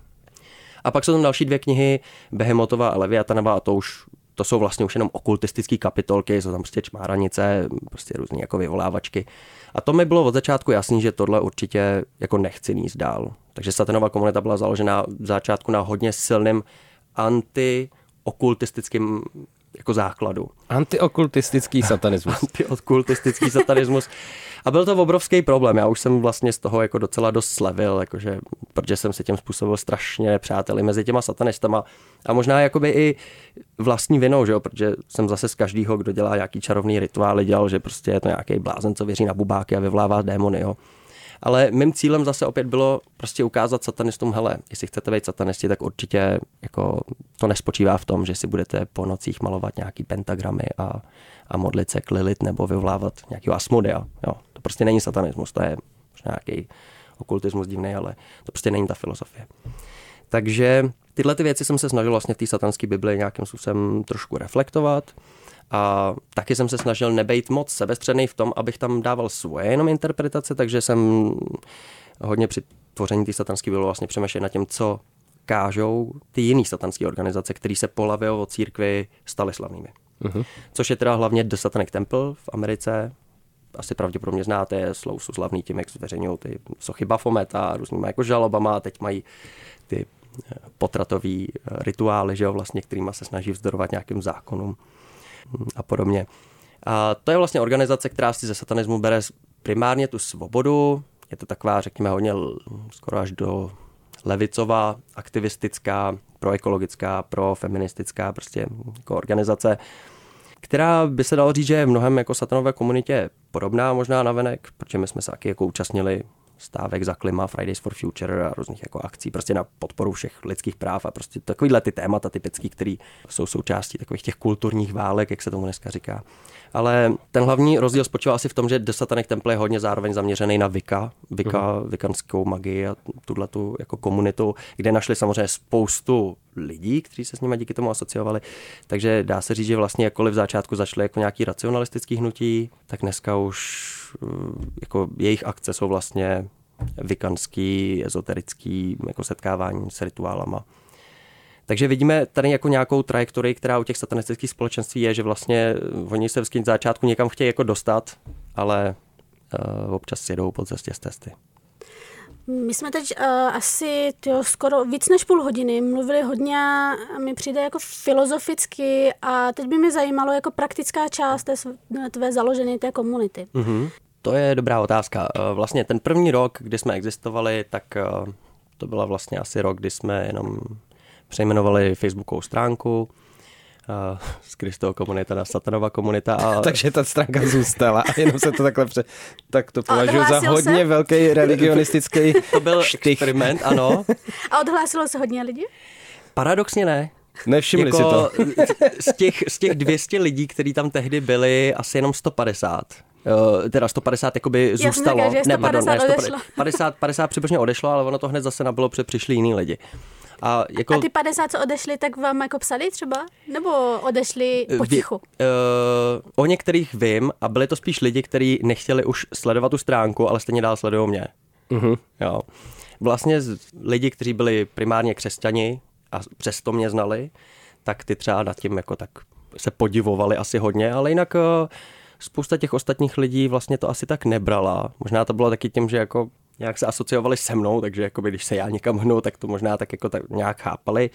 A pak jsou tam další 2 knihy, Behemotova a Leviatanova, a to jsou vlastně už jenom okultistické kapitolky, jsou tam prostě čmáranice, prostě různé jako vyvolávačky. A to mi bylo od začátku jasný, že tohle určitě jako nechci níst dál. Takže Satanova komunita byla založena v začátku na hodně silným antiokultistickým jako základu. Antiokultistický satanismus. Antiokultistický satanismus. A byl to obrovský problém. Já už jsem vlastně z toho jako docela dost slevil, jakože, protože jsem si tím způsobil strašně nepřáteli mezi těma satanistama. A možná jakoby i vlastní vinou, že jo? Protože jsem zase z každého, kdo dělá nějaký čarovný rituály, dělal, že prostě je to nějaký blázen, co věří na bubáky a vyvolává démony. Jo? Ale mým cílem zase opět bylo prostě ukázat satanistům, hele, jestli chcete být satanisti, tak určitě jako to nespočívá v tom, že si budete po nocích malovat nějaký pentagramy a modlit se k Lilith nebo vyvolávat nějakého Asmodia. Jo, to prostě není satanismus, to je nějaký okultismus divný, ale to prostě není ta filozofie. Takže tyhle ty věci jsem se snažil vlastně v té satanské Bibli nějakým způsobem trošku reflektovat. A taky jsem se snažil nebejt moc sebestřednej v tom, abych tam dával svoje jenom interpretace, takže jsem hodně při tvoření té satanské Bible vlastně přemýšlel nad tím, co kážou ty jiný satanské organizace, které se po Laveyovo církvi staly slavnými. Což je teda hlavně The Satanic Temple v Americe. Asi pravděpodobně znáte, jsou slavný tím, jak zveřejňují ty sochy Baphometa a různýma jako žalobama a teď mají ty potratový rituály, že jo, vlastně, kterýma se snaží vzdorovat nějakým zákonům a podobně. A to je vlastně organizace, která si ze satanismu bere primárně tu svobodu. Je to taková, řekněme, hodně skoro až do levicová, aktivistická, proekologická, profeministická prostě jako organizace, která by se dalo říct, že je v mnohem jako satanové komunitě podobná možná navenek, protože my jsme se taky jako účastnili stávek za klima, Fridays for Future a různých jako akcí prostě na podporu všech lidských práv a prostě takovýhle ty témata typický, které jsou součástí takových těch kulturních válek, jak se tomu dneska říká. Ale ten hlavní rozdíl spočívá asi v tom, že The Satanic Temple je hodně zároveň zaměřený na vikanskou magii a tuhletu jako komunitu, kde našli samozřejmě spoustu lidí, kteří se s nimi díky tomu asociovali. Takže dá se říct, že vlastně jakkoliv v začátku začaly jako nějaký racionalistický hnutí, tak dneska už jako jejich akce jsou vlastně vikanský, ezoterický jako setkávání s rituálama. Takže vidíme tady jako nějakou trajektorii, která u těch satanistických společenství je, že vlastně oni se vždycky v začátku někam chtějí jako dostat, ale občas jedou po cestě z cesty. My jsme teď asi skoro víc než půl hodiny mluvili hodně, mi přijde jako filozoficky a teď by mě zajímalo jako praktická část tvé založení té komunity. Mm-hmm. To je dobrá otázka. Vlastně ten první rok, kdy jsme existovali, tak to byla vlastně asi rok, kdy jsme jenom přejmenovali facebookovou stránku z Kristova komunita na Satanova komunita. A... Takže ta stránka zůstala a jenom se to takhle tak to považuji za hodně velký religionistický To byl experiment, ano. A odhlásilo se hodně lidí? Paradoxně ne. Nevšimli si to. Z těch 200 lidí, kteří tam tehdy byli, asi jenom 150. Teda 150 jakoby zůstalo. Jasně, 50 přibližně odešlo, ale ono to hned zase nabylo, protože přišli jiní lidi. A ty 50, co odešli, tak vám jako psali třeba? Nebo odešli potichu? O některých vím a byli to spíš lidi, kteří nechtěli už sledovat tu stránku, ale stejně dál sledují mě. Jo. Vlastně lidi, kteří byli primárně křesťani a přesto mě znali, tak ty třeba nad tím jako tak se podivovali asi hodně, ale jinak spousta těch ostatních lidí vlastně to asi tak nebrala. Možná to bylo taky tím, že jako nějak se asociovali se mnou, takže jakoby, když se já někam hnu, tak to možná tak jako tak nějak chápali.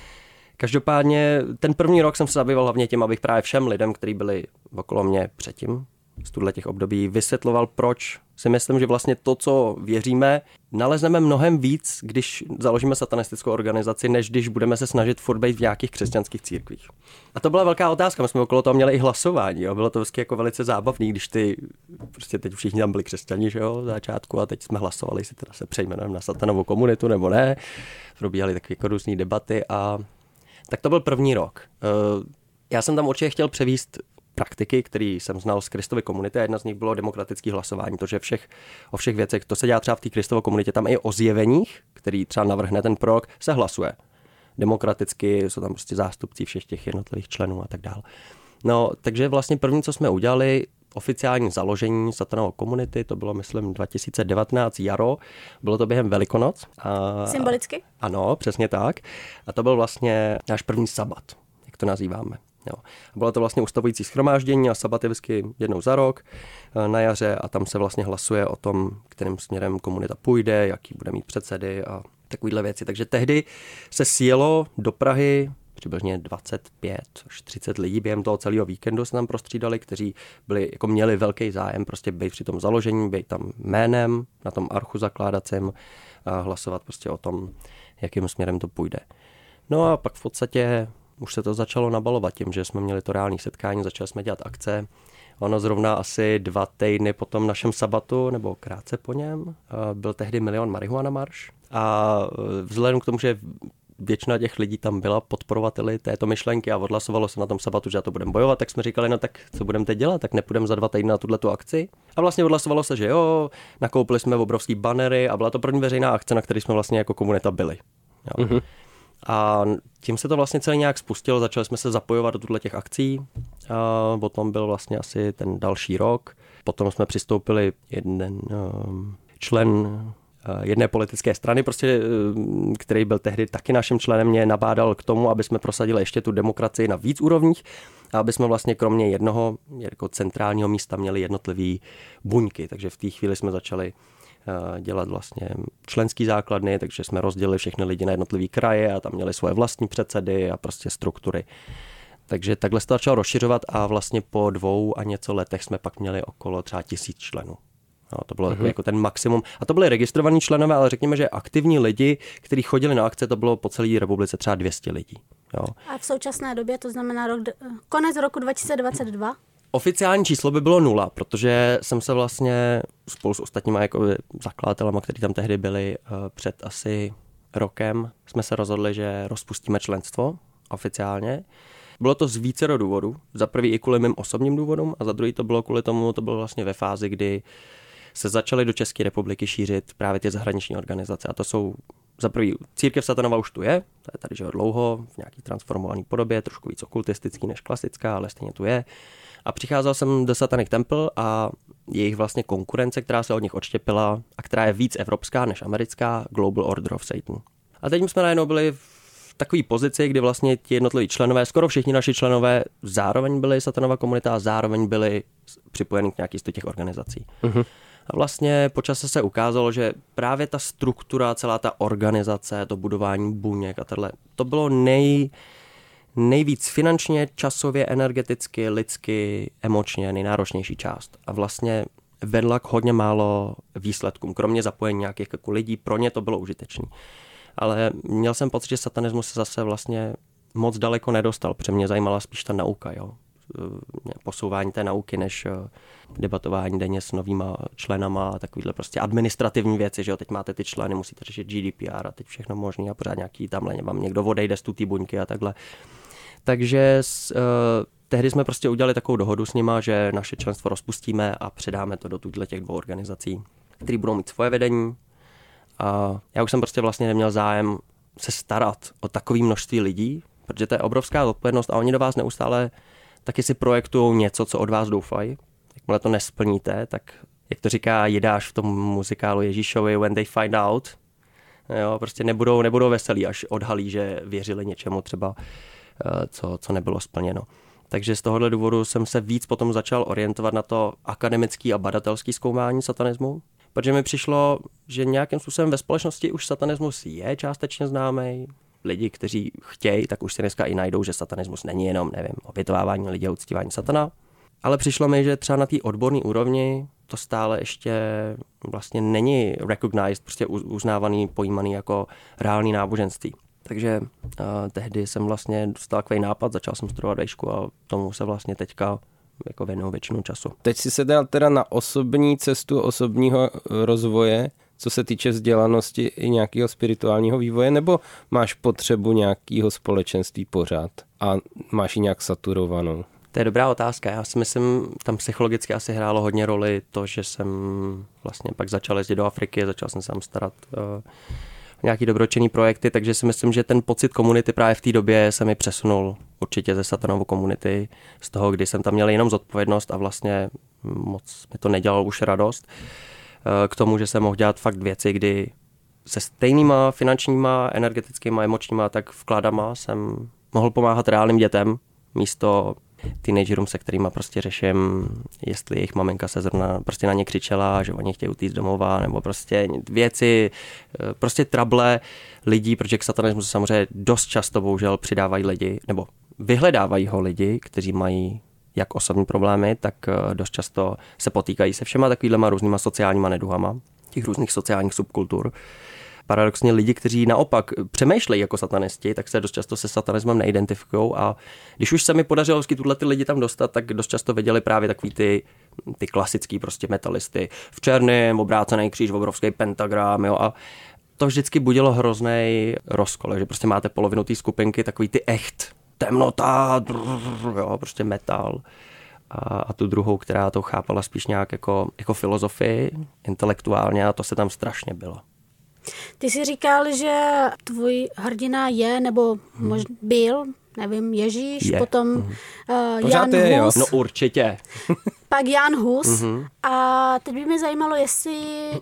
Každopádně ten první rok jsem se zabýval hlavně tím, abych právě všem lidem, kteří byli okolo mě předtím, z těch období, vysvětloval, proč si myslím, že vlastně to, co věříme, nalezneme mnohem víc, když založíme satanistickou organizaci, než když budeme se snažit furt být v nějakých křesťanských církvích. A to byla velká otázka, my jsme okolo toho měli i hlasování, jo? Bylo to vždycky jako velice zábavný, když prostě teď všichni tam byli křesťani, že jo, v začátku, a teď jsme hlasovali, jestli teda se přejmenujeme na satanovou komunitu nebo ne. Probíhaly takové jako různé debaty a tak to byl první rok. Já jsem tam určitě chtěl převést praktiky, které jsem znal z Kristovy komunity, a jedna z nich bylo demokratické hlasování, to, že o všech věcech, to se dělá třeba v té Kristově komunitě, tam i o zjeveních, který třeba navrhne ten prorok, se hlasuje. Demokraticky jsou tam prostě zástupci všech těch jednotlivých členů a tak dále. No, takže vlastně první, co jsme udělali, oficiální založení satanové komunity, to bylo, myslím, 2019 jaro, bylo to během Velikonoc. Symbolicky? Ano, přesně tak. A to byl vlastně náš první sabat, jak to nazýváme. Jo. Bylo to vlastně ustavující shromáždění a sabat je vždycky jednou za rok na jaře a tam se vlastně hlasuje o tom, kterým směrem komunita půjde, jaký bude mít předsedy a takovýhle věci. Takže tehdy se sjelo do Prahy přibližně 25 až 30 lidí během toho celého víkendu se tam prostřídali, kteří jako měli velký zájem prostě být při tom založení, být tam jménem na tom archu zakládacím a hlasovat prostě o tom, jakým směrem to půjde. No a pak v podstatě už se to začalo nabalovat tím, že jsme měli to reální setkání, začali jsme dělat akce. Ono zrovna asi 2 týdny po tom našem sabatu, nebo krátce po něm, byl tehdy Milion marihuana marš. A vzhledem k tomu, že většina těch lidí tam byla podporovateli této myšlenky a odhlasovalo se na tom sabatu, že já to budeme bojovat, tak jsme říkali, no tak co budeme teď dělat, tak nepůjdeme za 2 týdny na tuhletu akci. A vlastně odhlasovalo se, že jo, nakoupili jsme obrovský bannery a byla to první veřejná akce, na které jsme vlastně jako komunita byli. Jo. Mm-hmm. A tím se to vlastně celé nějak spustilo, začali jsme se zapojovat do těch akcí a potom byl vlastně asi ten další rok. Potom jsme přistoupili jeden člen jedné politické strany, prostě, který byl tehdy taky naším členem, mě nabádal k tomu, aby jsme prosadili ještě tu demokracii na víc úrovních a aby jsme vlastně kromě jednoho jako centrálního místa měli jednotlivý buňky. Takže v té chvíli jsme začali dělat vlastně členský základny, takže jsme rozdělili všechny lidi na jednotlivý kraje a tam měli svoje vlastní předsedy a prostě struktury. Takže takhle se to začalo rozšiřovat a vlastně po 2 a něco letech jsme pak měli okolo třeba 1000 členů. No, to bylo jako ten maximum. A to byli registrovaní členové, ale řekněme, že aktivní lidi, kteří chodili na akce, to bylo po celé republice třeba 200 lidí. Jo. A v současné době, to znamená konec roku 2022? Oficiální číslo by bylo 0, protože jsem se vlastně spolu s ostatníma jako zakladatelama, kteří tam tehdy byli před asi rokem, jsme se rozhodli, že rozpustíme členstvo oficiálně. Bylo to z vícero důvodů. Za prvý i kvůli mým osobním důvodům a za druhý to bylo kvůli tomu, to bylo vlastně ve fázi, kdy se začaly do České republiky šířit právě ty zahraniční organizace. A to jsou za prvý Církev satanova už tu je, to je tady že dlouho, v nějaký transformované podobě, trošku víc okultistický než klasická, ale stejně tu je. A přicházel jsem do Satanic Temple a jejich vlastně konkurence, která se od nich odštěpila a která je víc evropská než americká, Global Order of Satan. A teď jsme najednou byli v takové pozici, kdy vlastně ti jednotliví členové, skoro všichni naši členové zároveň byli satanova komunita a zároveň byli připojeni k nějaký z těch organizací. Uh-huh. A vlastně po čase se ukázalo, že právě ta struktura, celá ta organizace, to budování buněk a tohle, to bylo nejvíc finančně, časově, energeticky, lidsky, emočně nejnáročnější část. A vlastně vedla k hodně málo výsledkům, kromě zapojení nějakých jako lidí, pro ně to bylo užitečné. Ale měl jsem pocit, že satanismus se zase vlastně moc daleko nedostal, protože mě zajímala spíš ta nauka, jo. posouvání té nauky, než debatování denně s novýma členama a takovýhle prostě administrativní věci, že jo, teď máte ty členy, musíte řešit GDPR a teď všechno možný a pořád nějaký tamhle vám někdo odejde z té buňky a takhle. Takže tehdy jsme prostě udělali takovou dohodu s nima, že naše členstvo rozpustíme a předáme to do těch 2 organizací, které budou mít svoje vedení. A já už jsem prostě vlastně neměl zájem se starat o takové množství lidí, protože to je obrovská odpovědnost a oni do vás neustále taky si projektují něco, co od vás doufají. Jakmile to nesplníte, tak jak to říká Jidáš v tom muzikálu Ježíšovi, when they find out, jo, prostě nebudou veselí, až odhalí, že věřili něčemu třeba, co nebylo splněno. Takže z tohohle důvodu jsem se víc potom začal orientovat na to akademický a badatelský zkoumání satanismu, protože mi přišlo, že nějakým způsobem ve společnosti už satanismus je částečně známý. Lidi, kteří chtějí, tak už si dneska i najdou, že satanismus není jenom, obětovávání lidí a uctívání satana. Ale přišlo mi, že třeba na té odborné úrovni to stále ještě vlastně není recognized, prostě uznávaný, pojímaný jako reálný náboženství. Takže tehdy jsem vlastně dostal takový nápad, začal jsem studovat vejšku a tomu se vlastně teďka jako věnuju většinu času. Teď si se dal teda na osobní cestu osobního rozvoje, co se týče vzdělanosti i nějakého spirituálního vývoje, nebo máš potřebu nějakého společenství pořád a máš ji nějak saturovanou? To je dobrá otázka. Já si myslím, tam psychologicky asi hrálo hodně roli to, že jsem vlastně pak začal jezdit do Afriky, začal jsem se tam starat nějaký dobročinný projekty, takže si myslím, že ten pocit komunity právě v té době se mi přesunul určitě ze satanovou komunity, z toho, kdy jsem tam měl jenom zodpovědnost a vlastně moc mi to nedělalo už radost, k tomu, že jsem mohl dělat fakt věci, kdy se stejnýma finančníma, energetickýma, emočníma, tak vkladama jsem mohl pomáhat reálným dětem, místo teenagerům, se kterýma prostě řeším, jestli jejich maminka se zrovna prostě na ně křičela, že oni chtějí utíct domova, nebo prostě věci, prostě trable lidí, protože k satanismu se samozřejmě dost často bohužel přidávají lidi, nebo vyhledávají ho lidi, kteří mají jak osobní problémy, tak dost často se potýkají se všema takovýhlema různýma sociálníma neduhama, těch různých sociálních subkultur. Paradoxně lidi, kteří naopak přemýšlejí jako satanisti, tak se dost často se satanismem neidentifikují a když už se mi podařilo ty lidi tam dostat, tak dost často viděli právě takový ty klasický prostě metalisty v černém, obrácený kříž, obrovský pentagram, jo, a to vždycky budilo hrozný rozkol, že prostě máte polovinu té skupinky, takový ty echt, temnota, jo, prostě metal. A tu druhou, která to chápala spíš nějak jako filozofii, intelektuálně, a to se tam strašně bylo. Ty jsi říkal, že tvůj hrdina je, nebo byl, nevím, Ježíš, potom Jan Hus. No určitě. Pak Jan Hus. A teď by mě zajímalo, jestli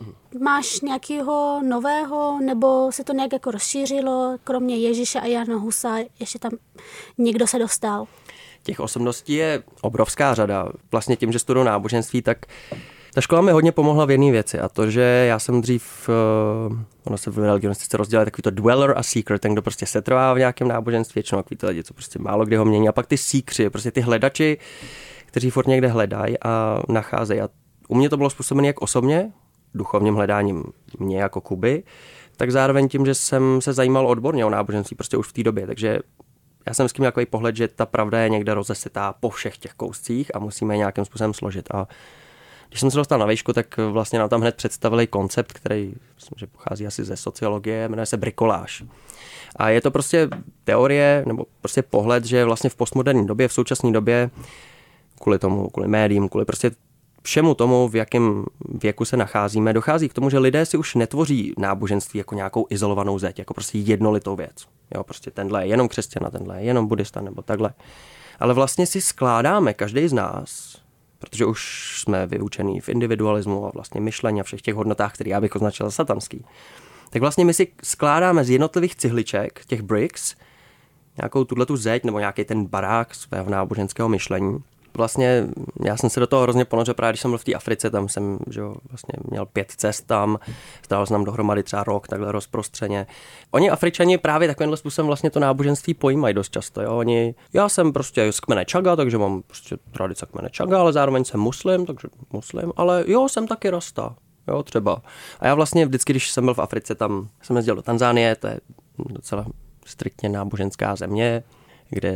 máš nějakého nového, nebo se to nějak jako rozšířilo, kromě Ježíše a Jana Husa, ještě tam někdo se dostal. Těch osobností je obrovská řada. Vlastně tím, že studuju náboženství, tak ta škola mi hodně pomohla v jedné věci, a to, že já jsem dřív, ono se v religionistice rozdělá takový to dweller a seeker, ten, kdo prostě setrvá v nějakém náboženství, většinou takový ty lidi, co prostě málo kdy ho mění, a pak ty seekři, prostě ty hledači, kteří furt někde hledají a nacházejí. A u mě to bylo způsobené jak osobně, duchovním hledáním mě jako Kuby, tak zároveň tím, že jsem se zajímal odborně o náboženství prostě už v té době, takže já jsem s tím takový pohled, že ta pravda je někde rozesetá po všech těch kouscích a musíme je nějakým způsobem složit. A když jsem se dostal na vejšku, tak vlastně nám tam hned představili koncept, který myslím, že pochází asi ze sociologie, jmenuje se brikoláž. A je to prostě teorie, nebo prostě pohled, že vlastně v postmoderní době, v současné době, kvůli médiím, kvůli prostě všemu tomu, v jakém věku se nacházíme, dochází k tomu, že lidé si už netvoří náboženství jako nějakou izolovanou zeď, jako prostě jednolitou věc. Jo, prostě tenhle je jenom křesťan, tenhle je jenom buddhista nebo takhle. Ale vlastně si skládáme, každý z nás, protože už jsme vyučený v individualismu a vlastně myšlení a všech těch hodnotách, které já bych označil za satanský, tak vlastně my si skládáme z jednotlivých cihliček, těch bricks, nějakou tuhletu zeď nebo nějaký ten barák svého náboženského myšlení. Vlastně já jsem se do toho hrozně ponořil, právě když jsem byl v té Africe, tam jsem vlastně měl 5 cest tam, strávil jsem tam dohromady třeba rok, takhle rozprostřeně. Oni Afričani právě takovýmhle způsobem vlastně to náboženství pojímají dost často. Jo? Já jsem prostě z kmene Čaga, takže mám prostě tradice kmene Čaga, ale zároveň jsem muslim, takže muslim, ale jo, jsem taky rasta, jo, třeba. A já vlastně vždycky, když jsem byl v Africe, tam jsem jezdil do Tanzánie, to je docela striktně náboženská země, kde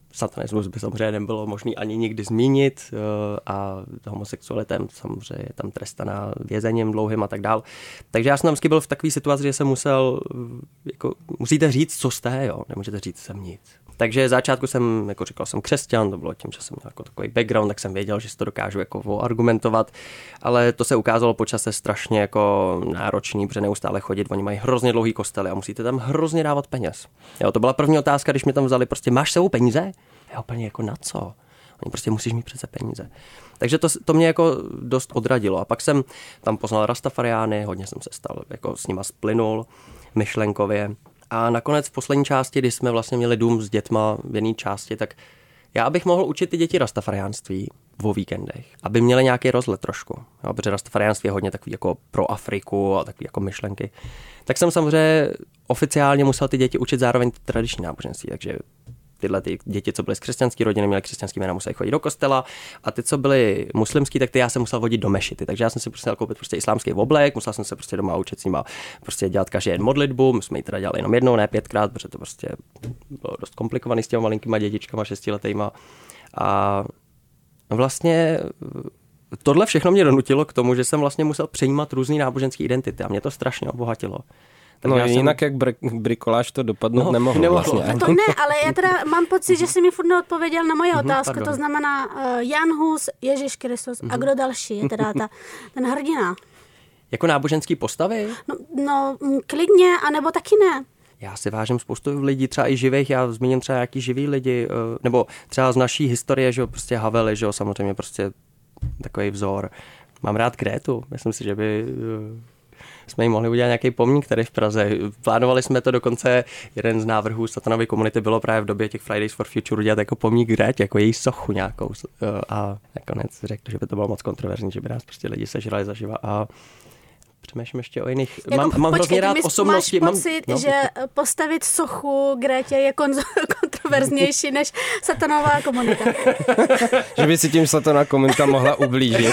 Satanismus by samozřejmě nebylo možné ani nikdy zmínit a homosexualitem samozřejmě je tam trestaná vězením dlouhým a tak dál. Takže já jsem tam byl v takové situaci, že jsem musel, jako, musíte říct, co jste, jo, nemůžete říct, jsem nic. Takže začátku jsem, jako říkal, jsem křesťan, to bylo tím, že jsem měl jako takový background, tak jsem věděl, že si to dokážu jako argumentovat, ale to se ukázalo po čase strašně jako náročný, protože neustále chodit, oni mají hrozně dlouhý kostely a musíte tam hrozně dávat peněz. Jo, to byla první otázka, když mě tam vzali, prostě máš sebou peníze? Já úplně jako na co? Oni prostě musíš mít přece peníze. Takže to mě jako dost odradilo a pak jsem tam poznal Rastafariány, hodně jsem se stal, jako s nima splynul myšlenkově. A nakonec v poslední části, kdy jsme vlastně měli dům s dětma v jedné části, tak já bych mohl učit ty děti rastafariánství o víkendech, aby měli nějaký rozhled trošku. Jo, protože rastafariánství je hodně takový jako pro Afriku a takový jako myšlenky. Tak jsem samozřejmě oficiálně musel ty děti učit zároveň tradiční náboženství, takže tyhle ty děti, co byly z křesťanské rodiny, měly křesťanský jména, museli chodit do kostela a ty, co byly muslimský, tak ty já jsem musel vodit do mešity. Takže já jsem si prostě koupit prostě islámský oblek, musel jsem se prostě doma učit s nima prostě dělat každý den modlitbu, my jsme ji teda dělali jenom jednou, ne 5krát, protože to prostě bylo dost komplikovaný s těma malinkýma dětičkama 6letýma. A vlastně tohle všechno mě donutilo k tomu, že jsem vlastně musel přejímat různý náboženské identity a mě to strašně obohatilo. Tak no jinak jak brikoláž to dopadnout nemohlo vlastně. No to ne, ale já teda mám pocit, že jsi mi furt neodpověděl na moje otázku, to znamená Jan Hus, Ježíš Kristus a kdo další je teda ten hrdina. Jako náboženský postavy? No klidně, anebo taky ne. Já si vážím spoustu lidí, třeba i živých, já zmíním třeba nějaký živý lidi, nebo třeba z naší historie, že jo, prostě Havely, že jo, samozřejmě prostě takový vzor. Mám rád Grétu, myslím si, že by jsme jim mohli udělat nějaký pomník tady v Praze. Plánovali jsme to dokonce, jeden z návrhů Satanovy komunity bylo právě v době těch Fridays for Future udělat jako pomník Grétě, jako její sochu nějakou. A nakonec řekl, že by to bylo moc kontroverzní, že by nás prostě lidi sežrali zaživa a přemýšlím ještě o jiných. Jako, mám hrozně rád osobnosti. Máš pocit, že postavit sochu Grétě je kontroverznější než satanová komunita. Že by si tím satanová komunita mohla ublížit.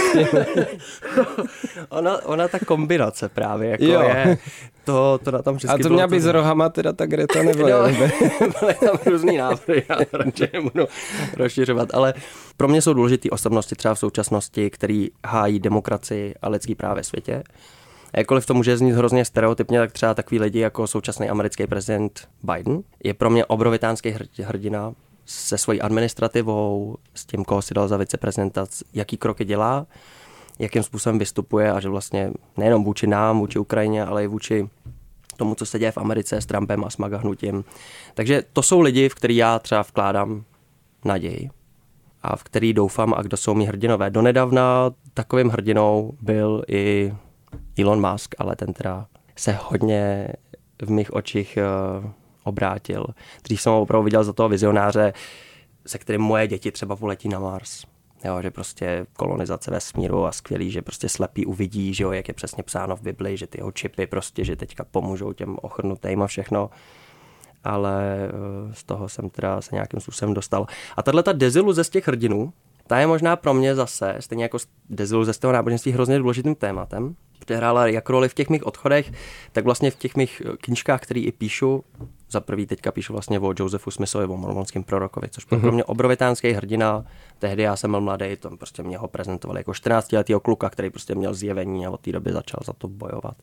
ona ta kombinace právě jako je. To na tam vždycky. A to měla být s rohama teda ta Greta nebo byly tam různý návrhy, já radši nebudu rozšiřovat, ale pro mě jsou důležitý osobnosti třeba v současnosti, který hájí demokracii a lidský práva ve světě. Jakkoliv to může znít hrozně stereotypně, tak třeba takový lidi jako současný americký prezident Biden je pro mě obrovitánský hrdina se svojí administrativou, s tím, koho si dal za viceprezidenta, jaký kroky dělá, jakým způsobem vystupuje a že vlastně nejenom vůči nám, vůči Ukrajině, ale i vůči tomu, co se děje v Americe s Trumpem a s MAGA hnutím. Takže to jsou lidi, v který já třeba vkládám naději a v který doufám a kdo jsou mý hrdinové. Donedavna takovým hrdinou byl i Elon Musk, ale ten teda se hodně v mých očích obrátil. Dřív jsem ho opravdu viděl za toho vizionáře, se kterým moje děti třeba poletí na Mars. Jo, že prostě kolonizace vesmíru a skvělý, že prostě slepý uvidí, že jo, jak je přesně psáno v Bibli, že ty jeho čipy prostě, že teďka pomůžou těm ochrnutým a všechno. Ale z toho jsem teda se nějakým způsobem dostal. A tato deziluze z těch hrdinů, ta je možná pro mě zase, stejně jako deziluze z toho náboženství, hrozně důležitým tématem, protože hrála jak roli v těch mých odchodech, tak vlastně v těch mých knížkách, které i píšu. Za prvý teďka píšu vlastně o Josephu Smithovi, o mormonském prorokovi, což byl pro mě obrovitánský hrdina. Tehdy já jsem byl mladý, to prostě mě ho prezentovali jako 14letýho kluka, který prostě měl zjevení a od té doby začal za to bojovat.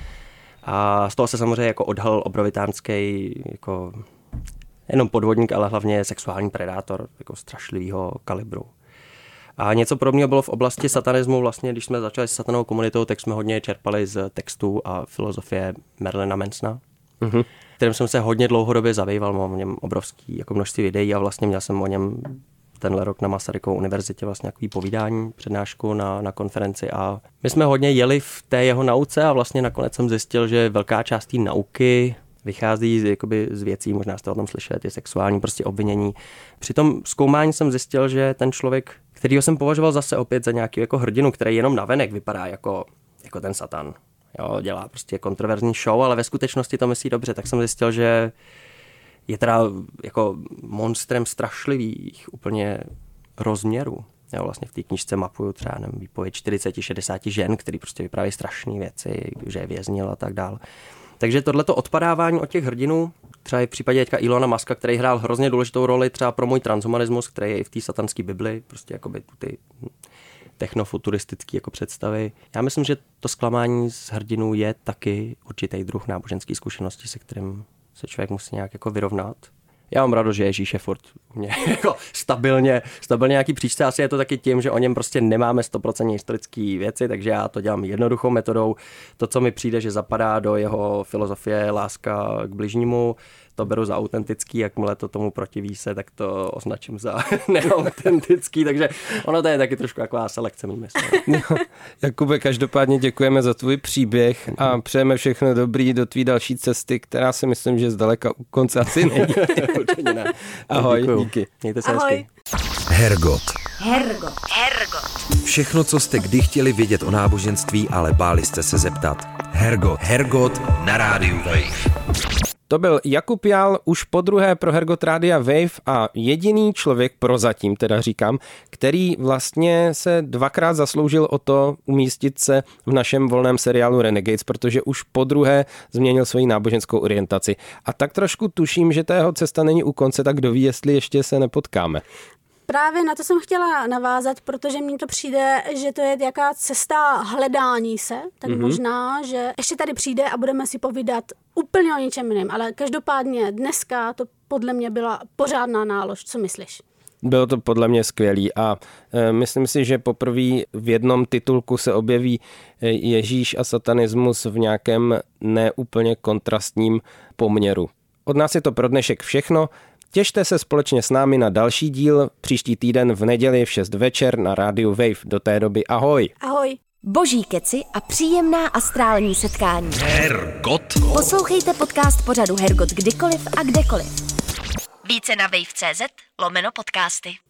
A z toho se samozřejmě jako odhalil obrovitánský jako jenom podvodník, ale hlavně sexuální predátor jako strašlivého kalibru. A něco podobného bylo v oblasti satanismu. Vlastně, když jsme začali s satanovou komunitou, tak jsme hodně čerpali z textů a filozofie Marilynna Mansona, kterým jsem se hodně dlouhodobě zabýval. Mám o něm obrovský jako množství videí a vlastně měl jsem o něm tenhle rok na Masarykově univerzitě vlastně nějaký povídání, přednášku na konferenci a my jsme hodně jeli v té jeho nauce a vlastně nakonec jsem zjistil, že velká část té nauky vychází z věcí, možná jste o tom slyšeli, ty sexuální prostě obvinění. Při tom zkoumání jsem zjistil, že ten člověk, kterýho jsem považoval zase opět za nějaký jako hrdinu, který jenom navenek vypadá jako ten satan. Jo, dělá prostě kontroverzní show, ale ve skutečnosti to myslí dobře, tak jsem zjistil, že je teda jako monstrem strašlivých úplně rozměrů. Já vlastně v té knížce mapuju třeba výpověď 40-60 žen, který prostě vyprávějí strašné věci, že je věznil a tak dál. Takže tohleto odpadávání od těch hrdinů třeba i v případě teďka Elona Muska, který hrál hrozně důležitou roli třeba pro můj transhumanismus, který je i v té satanské Bibli, prostě jakoby ty technofuturistické jako představy. Já myslím, že to zklamání z hrdinů je taky určitý druh náboženské zkušenosti, se kterým se člověk musí nějak jako vyrovnat. Já mám radost, že Ježíš je furt mě jako stabilně nějaký příčce. Asi je to taky tím, že o něm prostě nemáme 100% historické věci, takže já to dělám jednoduchou metodou. To, co mi přijde, že zapadá do jeho filozofie láska k bližnímu, to beru za autentický, jakmile to tomu protiví se, tak to označím za neautentický, takže ono to je taky trošku taková selekce, mý mysl. Jakube, každopádně děkujeme za tvůj příběh a přejeme všechno dobrý do tvý další cesty, která si myslím, že zdaleka u konce asi není. Určitě ne. Ahoj, děkuju. díky. Mějte se Ahoj. hezky. Hergot. Hergot. Všechno, co jste kdy chtěli vědět o náboženství, ale báli jste se zeptat. Hergot na rádiu Wave. To byl Jakub Jál už podruhé pro Hergot Rádia Wave a jediný člověk prozatím, teda říkám, který vlastně se dvakrát zasloužil o to umístit se v našem volném seriálu Renegades, protože už podruhé změnil svoji náboženskou orientaci. A tak trošku tuším, že ta jeho cesta není u konce, tak kdo ví, jestli ještě se nepotkáme. Právě na to jsem chtěla navázat, protože mně to přijde, že to je jaká cesta hledání se, tak možná, že ještě tady přijde a budeme si povídat úplně o něčem jiném, ale každopádně dneska to podle mě byla pořádná nálož, co myslíš? Bylo to podle mě skvělý a myslím si, že poprvé v jednom titulku se objeví Ježíš a satanismus v nějakém neúplně kontrastním poměru. Od nás je to pro dnešek všechno. Těšte se společně s námi na další díl příští týden v neděli v 6 večer na rádiu Wave. Do té doby ahoj. Ahoj. Boží keci a příjemná astrální setkání. Hergot. Poslouchejte podcast pořadu Hergot kdykoliv a kdekoliv. Více na wave.cz/podcasty.